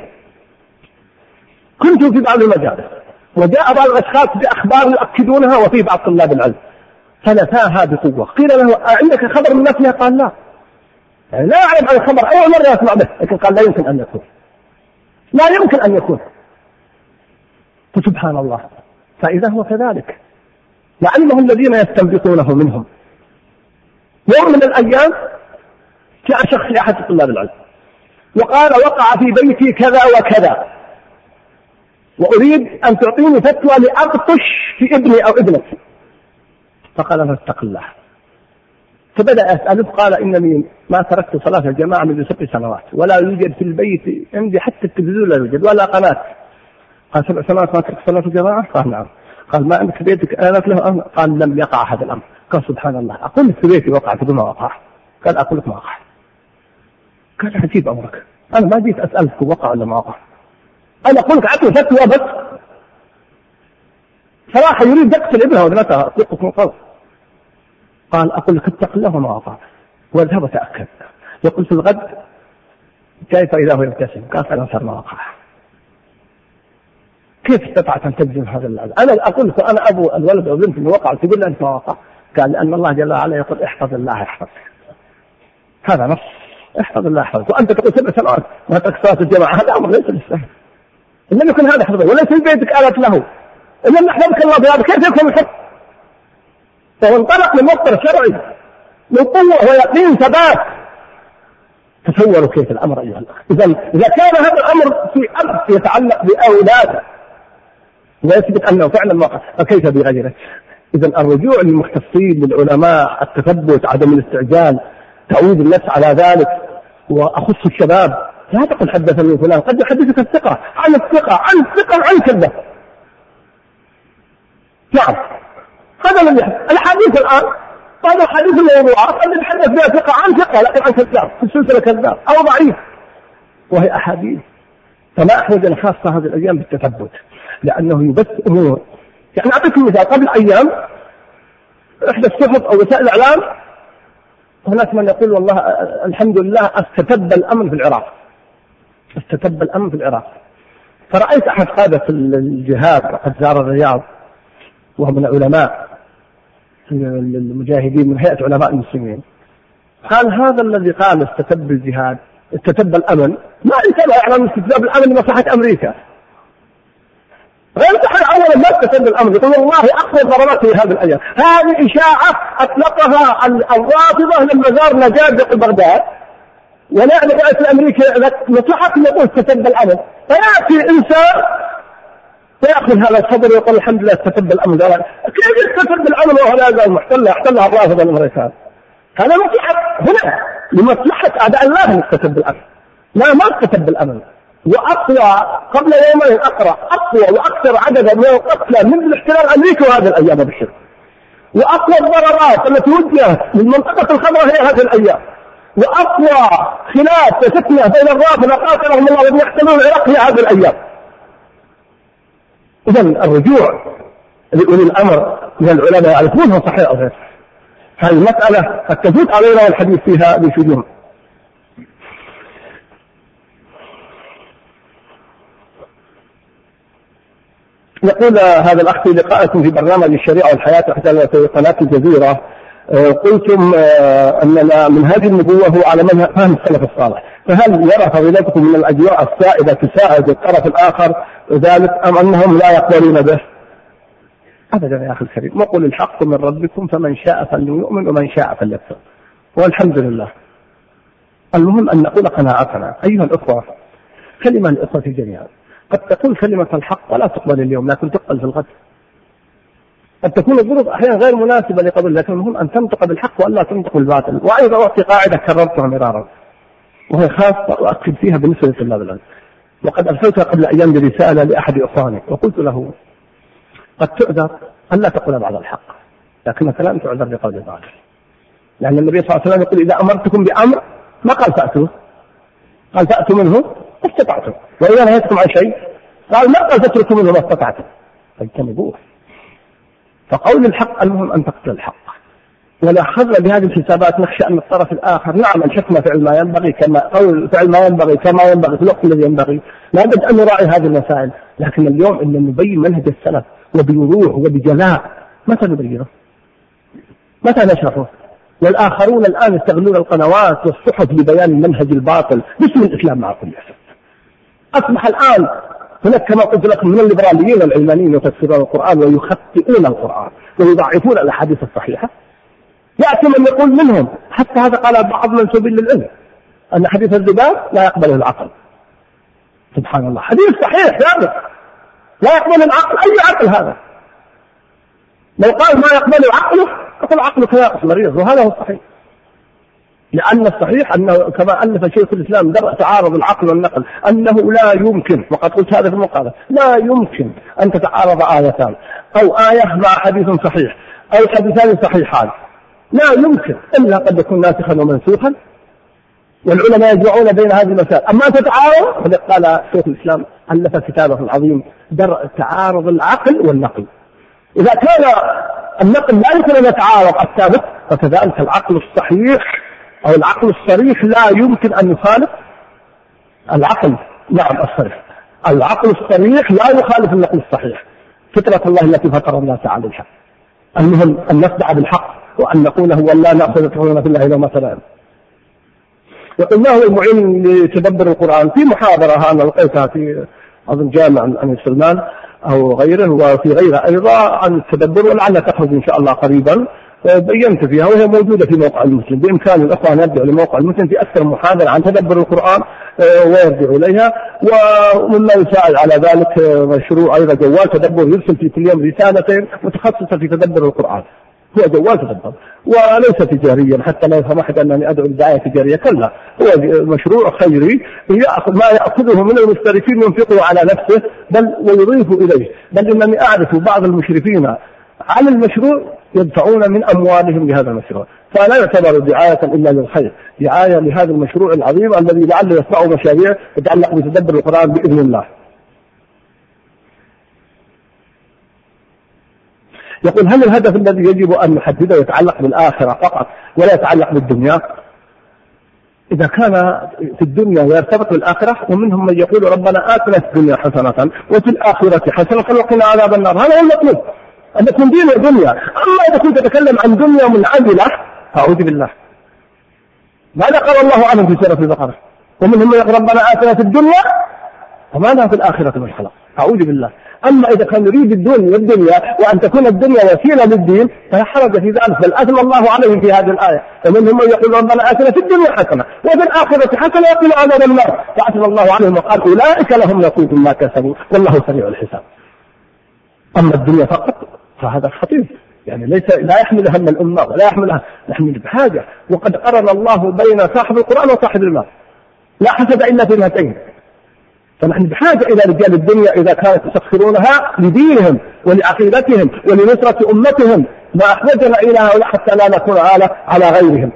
Speaker 2: كنت في بعض المجالس وجاء بعض الأشخاص بأخبار يؤكدونها، وفي بعض طلاب العلم فنفاها بقوة. قيل له: عندك خبر من نفسها؟ قال: لا، يعني لا أعلم عن الخبر، أول مرة أسمع به، لكن قال: لا يمكن أن يكون، لا يمكن أن يكون. فسبحان الله، فإذا هو كذلك لعلمه الذين يستنبطونه منهم. يوم من الأيام جاء شخص لأحد طلاب العلم وقال: وقع في بيتي كذا وكذا، وأريد أن تعطيني فتوى لأبطش في ابني أو ابنتي. فقال له: اتق الله. فبدأ أسأله، قال: إنني ما تركت صلاة الجماعة منذ 7 سنوات، ولا يوجد في البيت عندي حتى التلفزيون لا يوجد ولا قناة. قال: 7 سنوات ما تركت صلاة الجماعة؟ قال: نعم. قال: ما عندك في بيتك آلات له؟ قال: لم يقع هذا الأمر. قال: سبحان الله، أقول لك في بيتي وقع تقول ما وقع. قال: أقول لك ما وقع. قال: عجيب أمرك، أنا ما جيت أسألك وقع ولا ما وقع، أنا أقول لك عطني فتوى بس. صراحة يريد يقتل ابنها وابنتها، أطلقك من قبل. قال: أقول لك اتق الله وما وقع، واذهب وتأكد. يقول: في الغد كيف إذا هو يبتسم؟ قال: فعلا صار ما وقع. كيف استطعت أن تجزم هذا العدد؟ أنا أقول لك أنا أبو الولد أو بنت اللي وقع، تقول أنت ما وقع. قال: لأن الله جل وعلا يقول: احفظ الله يحفظك. هذا نص، احفظ الله يحفظك. وأنت تقول 7 سنوات ما ترك صلاة الجماعة، هذا أمر ليس بالسهل. إنما يكون هذا حفظه، وليس في بيتك آلت له. إنما يحفظك الله بهذا، كيف يكون الحفظ؟ فهو انطلق من مصدر شرعي من قوة ويقين ثبات. تصوروا كيف الأمر أيها الأخ. إذا كان هذا الأمر في أمر يتعلق بأولاده ويثبت أنه فعلا وقع، فكيف بغيره؟ إذا الرجوع للمختصين للعلماء، التثبت، عدم الاستعجال، تعويد النفس على ذلك. وأخص الشباب، لا تقل حدثني فلان، قد يحدثك الثقة عن الثقة عن الثقة عن كذا. نعم هذا الذي يحدث. الحديث الآن هذا حديث الموضوعات اللي يتحدث فيها ثقة عن ثقة لكن عن كذاب في السلسلة كذاب أو ضعيف، وهي أحاديث. فما أحوجنا خاصة هذه الأيام بالتثبت لأنه يبث أمور. يعني أعطيكم مثال، قبل أيام إحدى الصحف أو وسائل الإعلام هناك من يقول والله الحمد لله استتب الأمن في العراق، استتب الأمن في العراق. فرأيت أحد قادة الجهاد وقد زار الرياض وهو من علماء المجاهدين من هيئة علماء المسلمين، قال هذا الذي قال استتب الجهاد استتب الأمن ما يسمى يعلم استتباب الأمن لمصلحة أمريكا، غير صحيح. أولا ما استتب الأمن، يقول والله أقوى ضربات في هذه الأيام. هذه إشاعة أطلقها الرافضة لما زار نجاد في بغداد ونعلم رئيس أمريكا مصلحة يقول استتب الأمن. فيأتي إنسان فيأخذ هذا الخبر ويقول الحمد لله استتب الأمن. كيف يستتب الأمن وهو لا يزال محتلة احتلها الرافضة الأمريكان؟ هذا مصلحة هنا لمصلحة أعداء الله استتب الأمن. لا ما استتب الأمن. وأقوى قبل يومين أقرأ أقوى وأكثر عددا من القتلى من الاحتلال الأمريكي وهذه الأيام بالشر، وأقوى الضررات التي وجهت من منطقة الخضراء هي هذه الأيام، وأقوى خلاف وفتنة بين الرافضة قاتلهم الله الذين يحتلون العراق هي هذه الأيام. إذن الرجوع لأولي الأمر من العلماء يعرفونها صحيح أو غير هذه المسألة قد تفوت علينا والحديث فيها بشجون. يقول هذا الأخ في لقائكم في برنامج الشريعة والحياة في قناة الجزيرة قلتم أننا من هذه النبوة هو على فهم السلف الصالح، فهل يرى فضيلتكم من الأجواء السائدة تساعد الطرف الآخر ذلك أم أنهم لا يقبلون به؟ أبدا يا أخي الكريم، وقل الحق من ربكم فمن شاء فليؤمن ومن شاء فليكفر والحمد لله. المهم أن نقول قناعتنا أيها الأخوة. كلمة الأخوة جميعا، قد تكون كلمة الحق ولا تقبل اليوم لكن تقبل في الغد، قد تكون الظروف أحيانا غير مناسبة لقبل، لكن المهم أن تنطق بالحق وألا تنطق بالباطل. وأيضا أعطي قاعدة كررتها مرارا وهي خاصة وأكد فيها بالنسبة لطلاب العلم، وقد أرسلتها قبل أيام برسالة لأحد إخواني وقلت له قد تعذر أن لا تقول بعض الحق لكنك لا تعذر بقول الباطل، لأن النبي صلى الله عليه وسلم يقول إذا أمرتكم بأمر ما قال فأتوه، قال فأتوا منه استطعتم، وإذا نهيتكم عن شيء قال ما قال فتركوا منه ما استطعتم فاجتنبوه. فقول الحق المهم أن تقتل الحق، ولا خذ بهذه الحسابات نخشى أن الطرف الآخر نعم أنشفنا فعل ما ينبغي كما قول فعل ما ينبغي كما ينبغي في الوقت الذي ينبغي، لا بد أن نراعي هذه المسائل. لكن اليوم إن نبين منهج السلف وبوضوح وبجلاء، متى نبينه؟ متى نشرحه؟ والآخرون الآن يستغلون القنوات والصحف لبيان المنهج الباطل باسم الإسلام مع كل أسف. أصبح الآن هناك كما قلت لكم من الليبراليين العلمانيين يفسرون القرآن ويخطئون القرآن ويضعفون الأحاديث الصحيحة. يأتي من يقول منهم حتى هذا قال بعض منسوبين للعلم أن حديث الذباب لا يقبله العقل. سبحان الله، حديث صحيح هذا لا يقبل العقل. أي عقل هذا؟ لو قال ما يقبل عقله فقل عقلك ناقص مريض، وهذا هو الصحيح. لأن الصحيح أنه كما ألف شيخ الإسلام درء تعارض العقل والنقل أنه لا يمكن، وقد قلت هذا في المقابلة، لا يمكن أن تتعارض آيتان أو آية مع حديث صحيح أو حديثان صحيحان، لا يمكن إلا قد يكون ناسخا ومنسوخا، والعلماء يجمعون بين هذه المسائل. أما تتعارض قال شيخ الإسلام ألف كتابه العظيم درء تعارض العقل والنقل. إذا كان النقل لا يمكن أن يتعارض الثابت فكذلك العقل الصحيح أو العقل الصريح لا يمكن أن يخالف العقل. نعم الصريح، العقل الصريح لا يخالف النقل الصحيح، فطرة الله التي فطر الناس عليها. المهم أن نصدع بالحق وأن نقول هو لا نأخذ تقولنا في الله لومة لائم. يقول ما هو المعين لتدبر القرآن؟ في محاضرة أنا لقيتها في أظن جامع عن سلمان أو غيره وفي غيره أيضا عن التدبر، ولعلها تخرج إن شاء الله قريبا، بينت فيها وهي موجودة في موقع المسلم. بإمكان الأخوة أن يرجعوا لموقع المسلم في أكثر محاضرة عن تدبر القرآن ويرجعوا إليها. ومما يساعد على ذلك مشروع أيضا جوال تدبر يرسل في كل يوم رسالتين متخصصة في تدبر القرآن، هو جوال تدبر وليس تجاريا حتى لا يفهم أحد أنني أدعو لدعاية تجارية، كلا هو مشروع خيري يأخذ ما يأخذه من المشتركين ينفقه على نفسه بل ويضيف إليه. بل إنني أعرف بعض المشرفين على المشروع يدفعون من أموالهم لهذا المشروع، فلا يعتبر دعاية إلا للخير، دعاية لهذا المشروع العظيم الذي لعله يصنع مشاريع تتعلق بتدبر القرآن بإذن الله. يقول هل الهدف الذي يجب أن نحدده يتعلق بالآخرة فقط ولا يتعلق بالدنيا؟ إذا كان في الدنيا يرتبط بالآخرة، ومنهم من يقول ربنا آتنا في الدنيا حسنة وفي الآخرة حسنة وقنا عذاب النار، هذا هو المطلوب أن تكون دين الدنيا. أما إذا كنت تتكلم عن دنيا منعزلة أعوذ بالله، ماذا قال الله عنه في سورة البقرة؟ ومنهم من يقول ربنا آتنا في الدنيا وماذا في الآخرة من خلق، أعوذ بالله. أما إذا كان يريد الدنيا وأن تكون الدنيا وسيلة للدين فلا حرج في ذلك، بل أثنى الله عليهم في هذه الآية ومنهم من يقول ربنا آتنا في الدنيا حسنة وفي الآخرة حسنة وقنا عذاب النار، فأثنى الله عليهم وقال أولئك لهم نصيب مما كسبوا والله سريع الحساب. أما الدنيا فقط فهذا خطير، يعني لا يحمل هم الأمة ولا يحملها، نحن بحاجة. وقد قرن الله بين صاحب القرآن وصاحب المال، لا حسد إلا في اثنتين، فنحن بحاجة إلى رجال الدنيا إذا كانت يسخرونها لدينهم ولعقيدتهم ولنصرة أمتهم، ما أحوجنا إلى هؤلاء حتى لا نكون على غيرهم.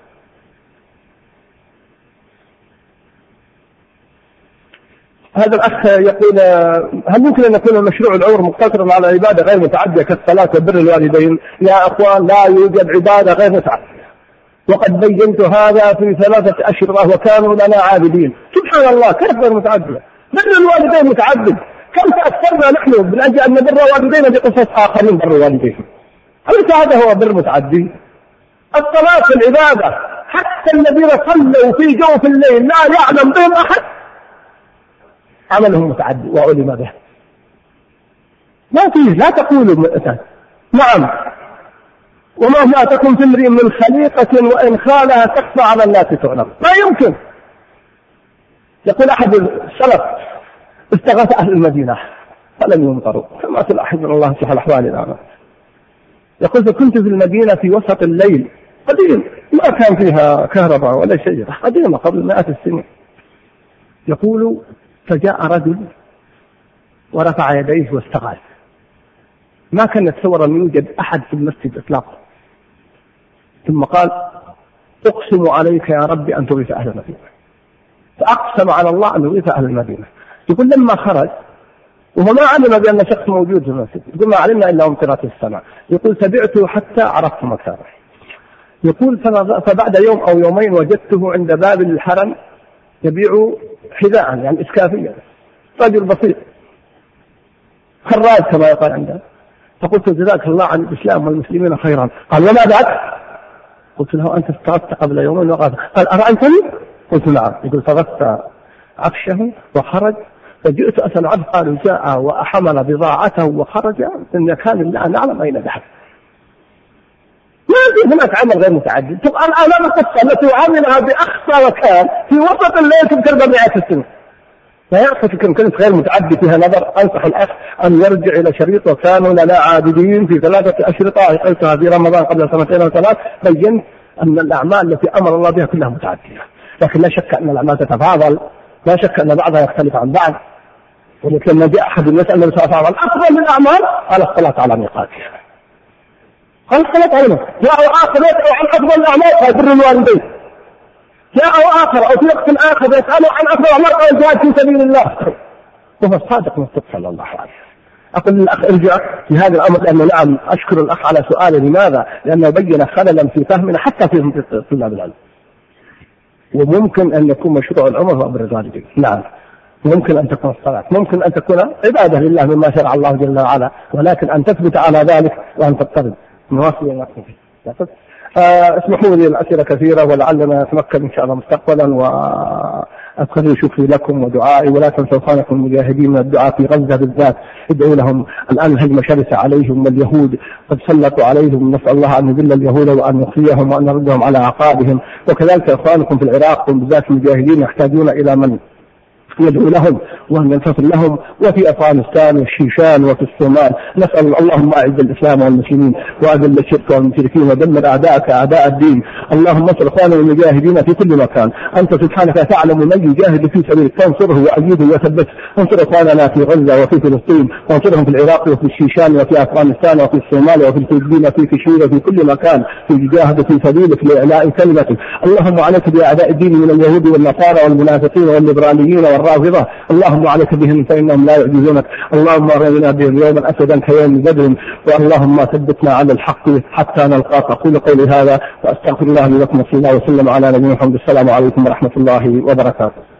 Speaker 2: هذا الأخ يقول هل ممكن أن يكون المشروع العمر مقتصرا على عبادة غير متعدية كالصلاة وبر الوالدين؟ يا أخوان لا يوجد عبادة غير متعدية، وقد بينت هذا في 3 أشهر وكانوا لنا عابدين. سبحان الله، كيف غير متعدية؟ بر الوالدين متعدد، كم تأثرنا نحن من أجل أن نبر والدينا بقصص آخرين بر والديهم، أليس هذا هو بر متعدي؟ الصلاة العبادة، حتى الذين صلوا في جوف الليل لا يعلم بهم أحد عملهم متعدي وعلم به. ما فيه، لا تقولوا نعم وما تكن في امرئ من خليقة وإن خالها تخفى على الناس تعلم، ما يمكن. يقول أحد السلف استغاث أهل المدينة فلم يمطروا كما تلاحظ من الله سبحانه الأحوال. يقول فكنت في المدينة في وسط الليل قديم ما كان فيها كهرباء ولا شيء، قديمة قبل 100 السنين. يقول فجاء رجل ورفع يديه واستغاث، ما كان يتصور أن يوجد أحد في المسجد إطلاقا، ثم قال أقسم عليك يا رب أن تغيث أهل المدينة، فأقسم على الله أن يغيث أهل المدينة. يقول لما خرج وهو ما علم بأن شخص موجود في المسجد، يقول ما علمنا إلا أمطرت السماء، يقول تبعته حتى عرفت مكانه. يقول فبعد يوم أو يومين وجدته عند باب الحرم يبيع حذاء يعني إسكافية، رجل بسيط خراج كما يقال عنده. فقلت جزاك الله عن الإسلام والمسلمين خيرا. قال وما بعد؟ قلت له أنت استغثت قبل يومين وقال أرأيتني؟ قلت نعم. يقول فغث عفشه وخرج، فجئت أسأل عنه قالوا جاء وأحمل بضاعته وخرج من مكان لا نعلم أين ذهب. ما في هناك عمل غير متعدد. طبعا الآن القصة التي عملها بأقصى مكان في وسط الليل تذكر ب100 سنة، لا يعطيك كلمة غير متعدد فيها نظر. أنصح الأخ أن يرجع إلى شريط وكانوا لنا عابدين في 3 أشرطة قلتها في رمضان قبل 2 أو 3، بيّنت أن الأعمال التي أمر الله بها كلها متعددة، لكن لا شك أن الأعمال تتفاضل، لا شك أن بعضها يختلف عن بعض. ولكن لما جاء أحد يسأل النبي صلى الله عليه وسلم أفضل من الأعمال قال الصلاة على ميقاتها، قال الصلاة على ميقاتها. جاء آخر يسأل عن أفضل الأعمال قال بر الوالدين. جاء آخر أو في وقت آخر يسأل عن أفضل الأعمال قال الجهاد في سبيل الله. وهو الصادق من صلى الله عليه وسلم. أقول للأخ ارجع في هذا الأمر، لأنه نعم أشكر الأخ على سؤاله. لماذا؟ لأنه بين خللا في فهمنا حتى في طلاب العلم. وممكن أن يكون مشروع العمر هو بر الوالدين، نعم، ممكن أن تكون الصلاة، ممكن أن تكون عبادة لله مما شرع الله جل وعلا، ولكن أن تثبت على ذلك وأن تضطرد نواصل ونقص. اسمحوا لي الأسئلة كثيرة ولعلنا نتمكن إن شاء الله مستقبلا، وأذكر شكري لكم ودعائي، ولا تنسوا إخوانكم المجاهدين من الدعاء في غزة بالذات، ادعوا لهم. الآن الهجمة شرسة عليهم واليهود قد سلطوا عليهم، نسأل الله أن يذل اليهود وأن يخزيهم وأن يردهم على أعقابهم. وكذلك إخوانكم في العراق بالذات المجاهدين يحتاجون إلى من يدعو لهم وأن ينتصر لهم، وفي أفغانستان والشيشان وفي الصومال. نسأل اللهم أعز الإسلام والمسلمين وأذل الشرك والمشركين ودمر أعداءك أعداء الدين. اللهم انصر إخواننا المجاهدين في كل مكان، أنت سبحانك تعلم من يجاهد في سبيلك فانصره وأيده وثبته. انصر إخواننا في غزة وفي فلسطين، وانصرهم في العراق وفي الشيشان وفي أفغانستان وفي الصومال وفي الفلبين وفي كشمير وفي كل مكان في جهاد في سبيلك لإعلاء كلمتك. اللهم عليك بأعداء الدين من اليهود والنصارى والمنافقين والليبراليين والرافضة، اللهم عليك بهم فإنهم لا يعجزونك. اللهم أرنا بهم يوما أسدا كيوم بدر، واللهم ثبتنا على الحق حتى نلقاك. أقول قولي هذا وأستغفر الله لي ولكم، وصلى الله وسلم على نبينا محمد. السلام عليكم ورحمة الله وبركاته.